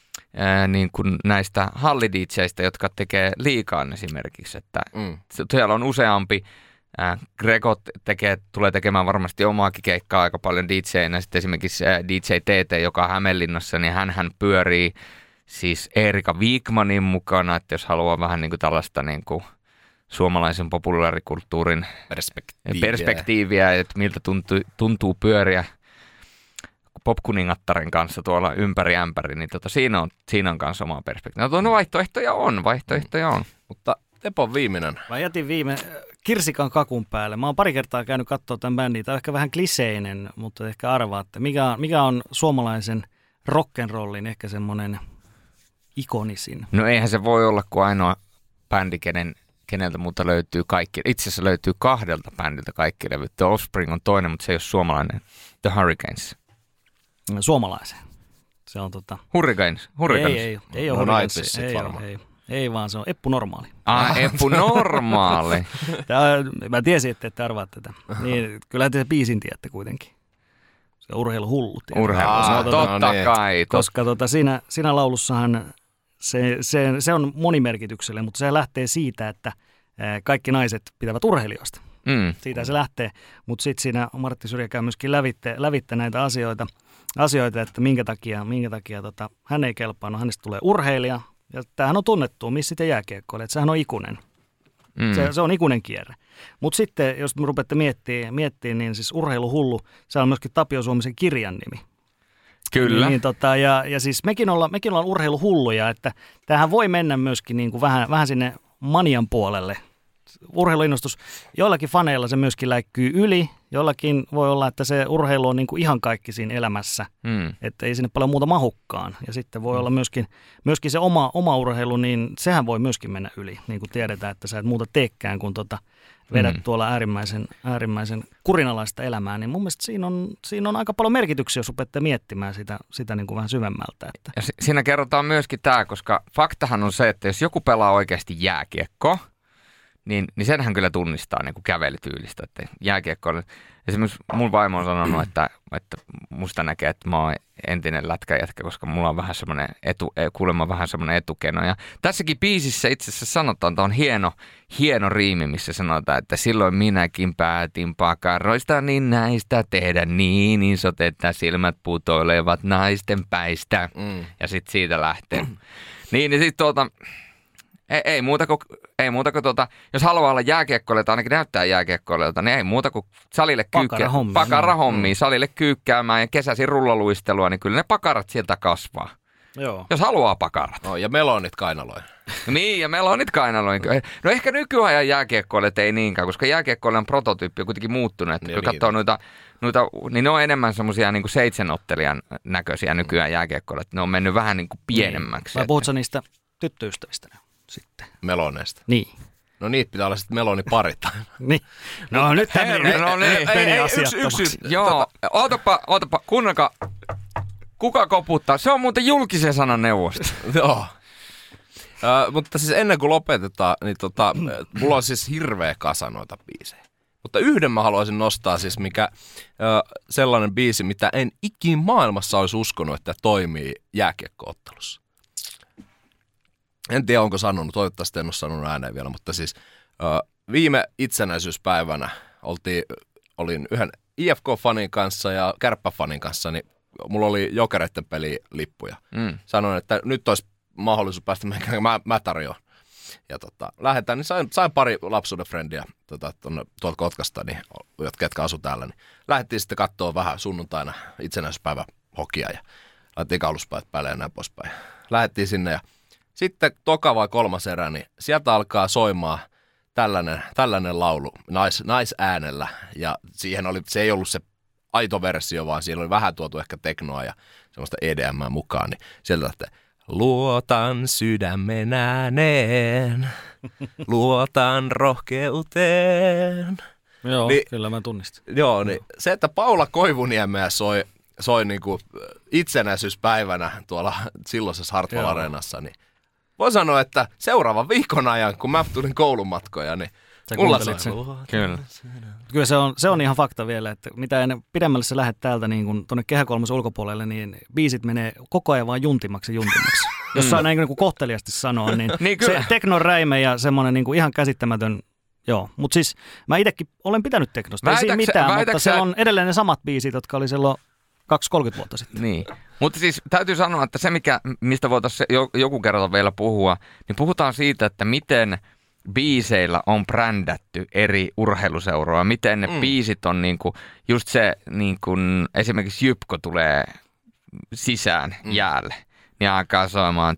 niin kuin näistä halli-DJistä, jotka tekee liigaan esimerkiksi. Että siellä on useampi. Grego tulee tekemään varmasti omaakin keikkaa aika paljon DJ:nä. Sitten esimerkiksi DJ TT, joka on Hämeenlinnassa, niin hän pyörii siis Erika Wigmanin mukana, että jos haluaa vähän niin kuin tällaista niin kuin suomalaisen populaarikulttuurin perspektiiviä, että miltä tuntuu pyöriä popkuningattaren kanssa tuolla ympäri ämpäri, niin siinä on kanssa omaa perspektiiviä. No vaihtoehtoja on. Mutta Tepon viimeinen. Mä jätin kirsikan kakun päälle. Mä oon pari kertaa käynyt katsoa tämän bändin. Tämä on ehkä vähän kliseinen, mutta ehkä arvaatte. Mikä on suomalaisen rock'n'rollin ehkä semmoinen ikonisin? No eihän se voi olla kuin ainoa bändi, keneltä muuta löytyy kaikki. Itse asiassa löytyy 2 bändiltä kaikki levyt. The Offspring on toinen, mutta se ei ole suomalainen. The Hurricanes. Suomalaisen. Se on Hurricanes. Ei ole Hurricanes. Ei vaan, se on Eppu Normaali. Eppu Normaali. Mä tiesin, että ette arvaa tätä. Niin, kyllä te biisin tiedätte kuitenkin. Se on urheiluhullu. Totta kai. Koska siinä laulussahan se on monimerkityksellinen, mutta se lähtee siitä, että kaikki naiset pitävät urheilijoista. Siitä se lähtee, mutta sitten siinä Martti Syrjä käy myöskin lävitte näitä asioita, että minkä takia hän ei kelpaa. No hänestä tulee urheilija, ja tämähän on tunnettu missit ja jääkiekkoille, että sehän on ikuinen. Se on ikuinen kierre. Mutta sitten, jos me rupeatte miettimään, niin siis urheiluhullu, se on myöskin Tapio Suomisen kirjan nimi. Kyllä. Ja siis mekin ollaan urheiluhulluja, että tämähän voi mennä myöskin niin kuin vähän sinne manian puolelle. Urheiluinnostus, joillakin faneilla se myöskin läikkyy yli, joillakin voi olla, että se urheilu on niin kuin ihan kaikki siinä elämässä, että ei sinne paljon muuta mahukkaan. Ja sitten voi olla myöskin se oma urheilu, niin sehän voi myöskin mennä yli, niin kuin tiedetään, että sä et muuta teekään, kun vedät tuolla äärimmäisen kurinalaista elämää, niin mun mielestä siinä on aika paljon merkityksiä, jos rupeatte miettimään sitä niin kuin vähän syvemmältä. Että. Ja siinä kerrotaan myöskin tämä, koska faktahan on se, että jos joku pelaa oikeasti jääkiekkoa, niin senhän kyllä tunnistaa niin kuin kävelytyylistä, että jääkiekko on. Esimerkiksi mun vaimo on sanonut, että musta näkee, että mä oon entinen lätkäjätkä, koska mulla on vähän semmoinen kuulemma vähän semmoinen etukeno. Ja tässäkin biisissä itse asiassa sanotaan, että on hieno riimi, missä sanotaan, että silloin minäkin päätin pakaroista, niin näistä tehdä niin isot, että silmät putoilevat naisten päistä. Ja sitten siitä lähtee. Niin sitten Ei muuta kuin jos haluaa olla jääkiekkoilijoita, tai ainakin näyttää jääkiekkoilijoita, niin ei muuta kuin salille pakarahommia, salille kyykkäämään ja kesäisin rullaluistelua, niin kyllä ne pakarat sieltä kasvaa. Joo. Jos haluaa pakarat. No, ja melonit kainaloin. Niin, ja melonit kainaloin. No ehkä nykyajan jääkiekkoilijat ei niinkään, koska jääkiekkoilijan prototyyppi on kuitenkin muuttunut. Että kun katsoo noita, niin ne on enemmän semmoisia niin kuin 7-ottelijan näköisiä nykyään jääkiekkoilijat. Ne on mennyt vähän niin kuin pienemmäksi. Vai puhutko niistä tyttöystävistä sitten? Meloneista. Niin. No niitä pitää olla sitten meloniparit. Niin. No nyt meni asiattomaksi. Joo, ootapa, kuunnelkaa. Kuka koputtaa? Se on muuten julkisen sanan neuvosto. Joo. Mutta siis ennen kuin lopetetaan, niin mulla on siis hirveä kasa noita biisejä. Mutta yhden mä haluaisin nostaa siis, mikä sellainen biisi, mitä en ikin maailmassa olisi uskonut, että toimii jääkiekko-ottelussa. En tiedä, onko sanonut, toivottavasti en ole sanonut ääneen vielä, mutta siis viime itsenäisyyspäivänä olin yhden IFK-fanin kanssa ja Kärppä-fanin kanssa, niin mulla oli Jokereiden pelilippuja. Sanoin, että nyt olisi mahdollisuus päästä mä tarjoan. Ja lähdetään, niin sain pari lapsuuden frendiä tuolta Kotkasta, niin, ketkä asu täällä. Niin lähdettiin sitten katsoa vähän sunnuntaina itsenäisyyspäivä hokia ja laitettiin kauluspäät päälle ja näin poispäin. Lähdettiin sinne ja sitten toka vai kolmas erä, niin sieltä alkaa soimaan tällainen laulu naisäänellä. Ja se ei ollut se aito versio, vaan siellä oli vähän tuotu ehkä teknoa ja semmoista EDM:ää mukaan. Niin sieltä lähtee, luotan sydämen ääneen, luotan rohkeuteen. Joo, niin, kyllä mä tunnistin. Joo, niin se, että Paula Koivuniemeä soi niin kuin itsenäisyyspäivänä tuolla silloisessa Hartwall Areenassa, niin voi sanoa, että seuraavan viikon ajan, kun mä tulin koulumatkoja, niin mulla sen. Kyllä se on ihan fakta vielä, että mitä pidemmälle sä lähdet täältä niin kun tuonne Kehä kolmosen ulkopuolelle, niin biisit menee koko ajan vaan juntimmaksi. Jos saa näin niin kuin kohteliasti sanoa, niin se teknon räime ja semmoinen niin kuin ihan käsittämätön. Joo, mutta siis mä itsekin olen pitänyt teknosta, ei siinä mitään, mutta se on edelleen ne samat biisit, jotka oli silloin 20-30 vuotta sitten. Niin, mutta siis täytyy sanoa, että se mistä voitaisiin joku kerta vielä puhua, niin puhutaan siitä, että miten biiseillä on brändätty eri urheiluseuroja, miten ne biisit on niinku, just se niinku, esimerkiksi Jypko tulee sisään jäälle, niin alkaa soimaan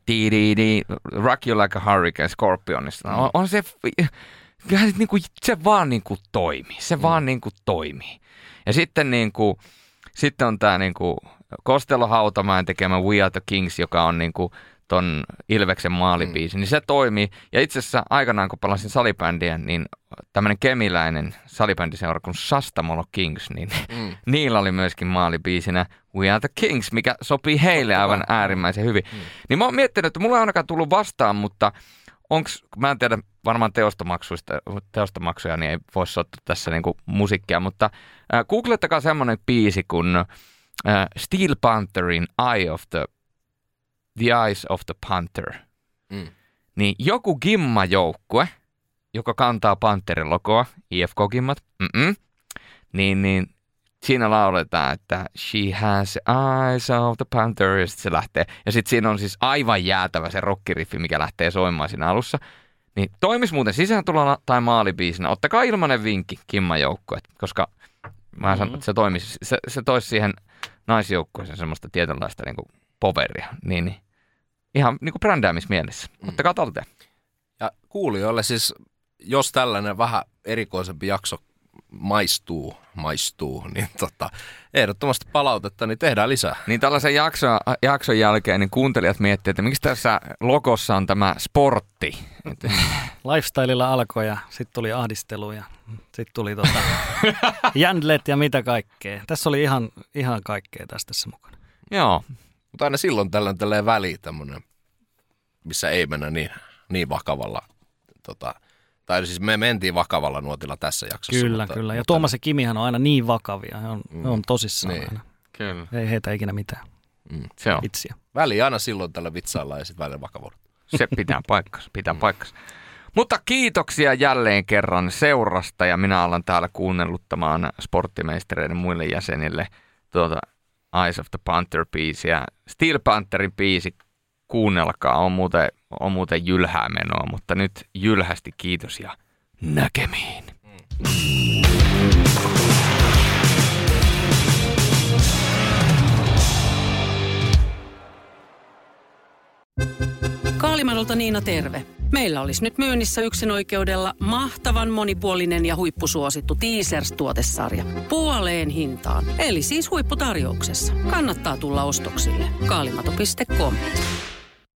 Rock You Like a Hurricane Scorpionista. On se, niinku, se vaan niinku toimii, se vaan niinku toimii. Ja sitten niinku, sitten on tää niinku Kostelo Hautamäen tekemä We Are The Kings, joka on niinku ton Ilveksen maalibiisi, niin se toimii. Ja itse asiassa aikanaan, kun palasin salibändiä, niin tämmöinen kemiläinen salibändiseura kuin Sastamolo Kings, niin niillä oli myöskin maalibiisinä We Are The Kings, mikä sopii heille aivan äärimmäisen hyvin. Niin mä oon miettinyt, että mulla ei ainakaan tullut vastaan, mutta mä en tiedä varmaan teostomaksuja, niin ei voi soittaa tässä niinku musiikkia, mutta googlettakaa semmoinen biisi kuin Steel Pantherin The Eyes of the Panther. Niin joku gimmajoukkue, joka kantaa Pantherin logoa, IFK-gimmat, niin siinä lauletaan, että She has the eyes of the panther, ja sitten se lähtee. Ja sitten siinä on siis aivan jäätävä se rockiriffi, mikä lähtee soimaan siinä alussa. Niin toimisi muuten sisääntulona tai maalibiisinä. Ottakaa ilmainen vinkki gimmajoukkue, koska mä sanon, että se toimisi. Se toisi siihen naisjoukkueeseen semmoista tietynlaista niinku poveria. Niin. Ihan niin kuin brändäämismielessä. Ottakaa talteen. Ja kuulijoille siis, jos tällainen vähän erikoisempi jakso maistuu, niin ehdottomasti palautetta, niin tehdään lisää. Niin tällaisen jakson jälkeen niin kuuntelijat miettii, että miksi tässä logossa on tämä sportti. Lifestylella alkoi ja sitten tuli ahdistelu ja sitten tuli jändlet ja mitä kaikkea. Tässä oli ihan kaikkea tässä mukana. Joo. Mutta aina silloin tällainen väli tämmöinen, missä ei mennä niin vakavalla, tai siis me mentiin vakavalla nuotilla tässä jaksossa. Kyllä. Ja Tuomas ja Kimihan on aina niin vakavia, he on tosissaan niin. Aina. Kyllä. Ei heitä ikinä mitään. Se on. Vitsiä. Väli aina silloin tällä vitsailla ja sitten välillä vakavuudella. Se pitää paikkansa. Mutta kiitoksia jälleen kerran seurasta ja minä alan täällä kuunnelluttamaan sporttimeistereiden muille jäsenille Eyes of the Panther-biisiä. Steel Pantherin biisi, kuunnelkaa, on muuten jylhää menoa, mutta nyt jylhästi kiitos ja näkemiin. Kaalimadolta Niina terve. Meillä olisi nyt myynnissä yksinoikeudella mahtavan monipuolinen ja huippusuosittu Teasers-tuotesarja. Puoleen hintaan. Eli siis huipputarjouksessa. Kannattaa tulla ostoksille. Kaalimato.com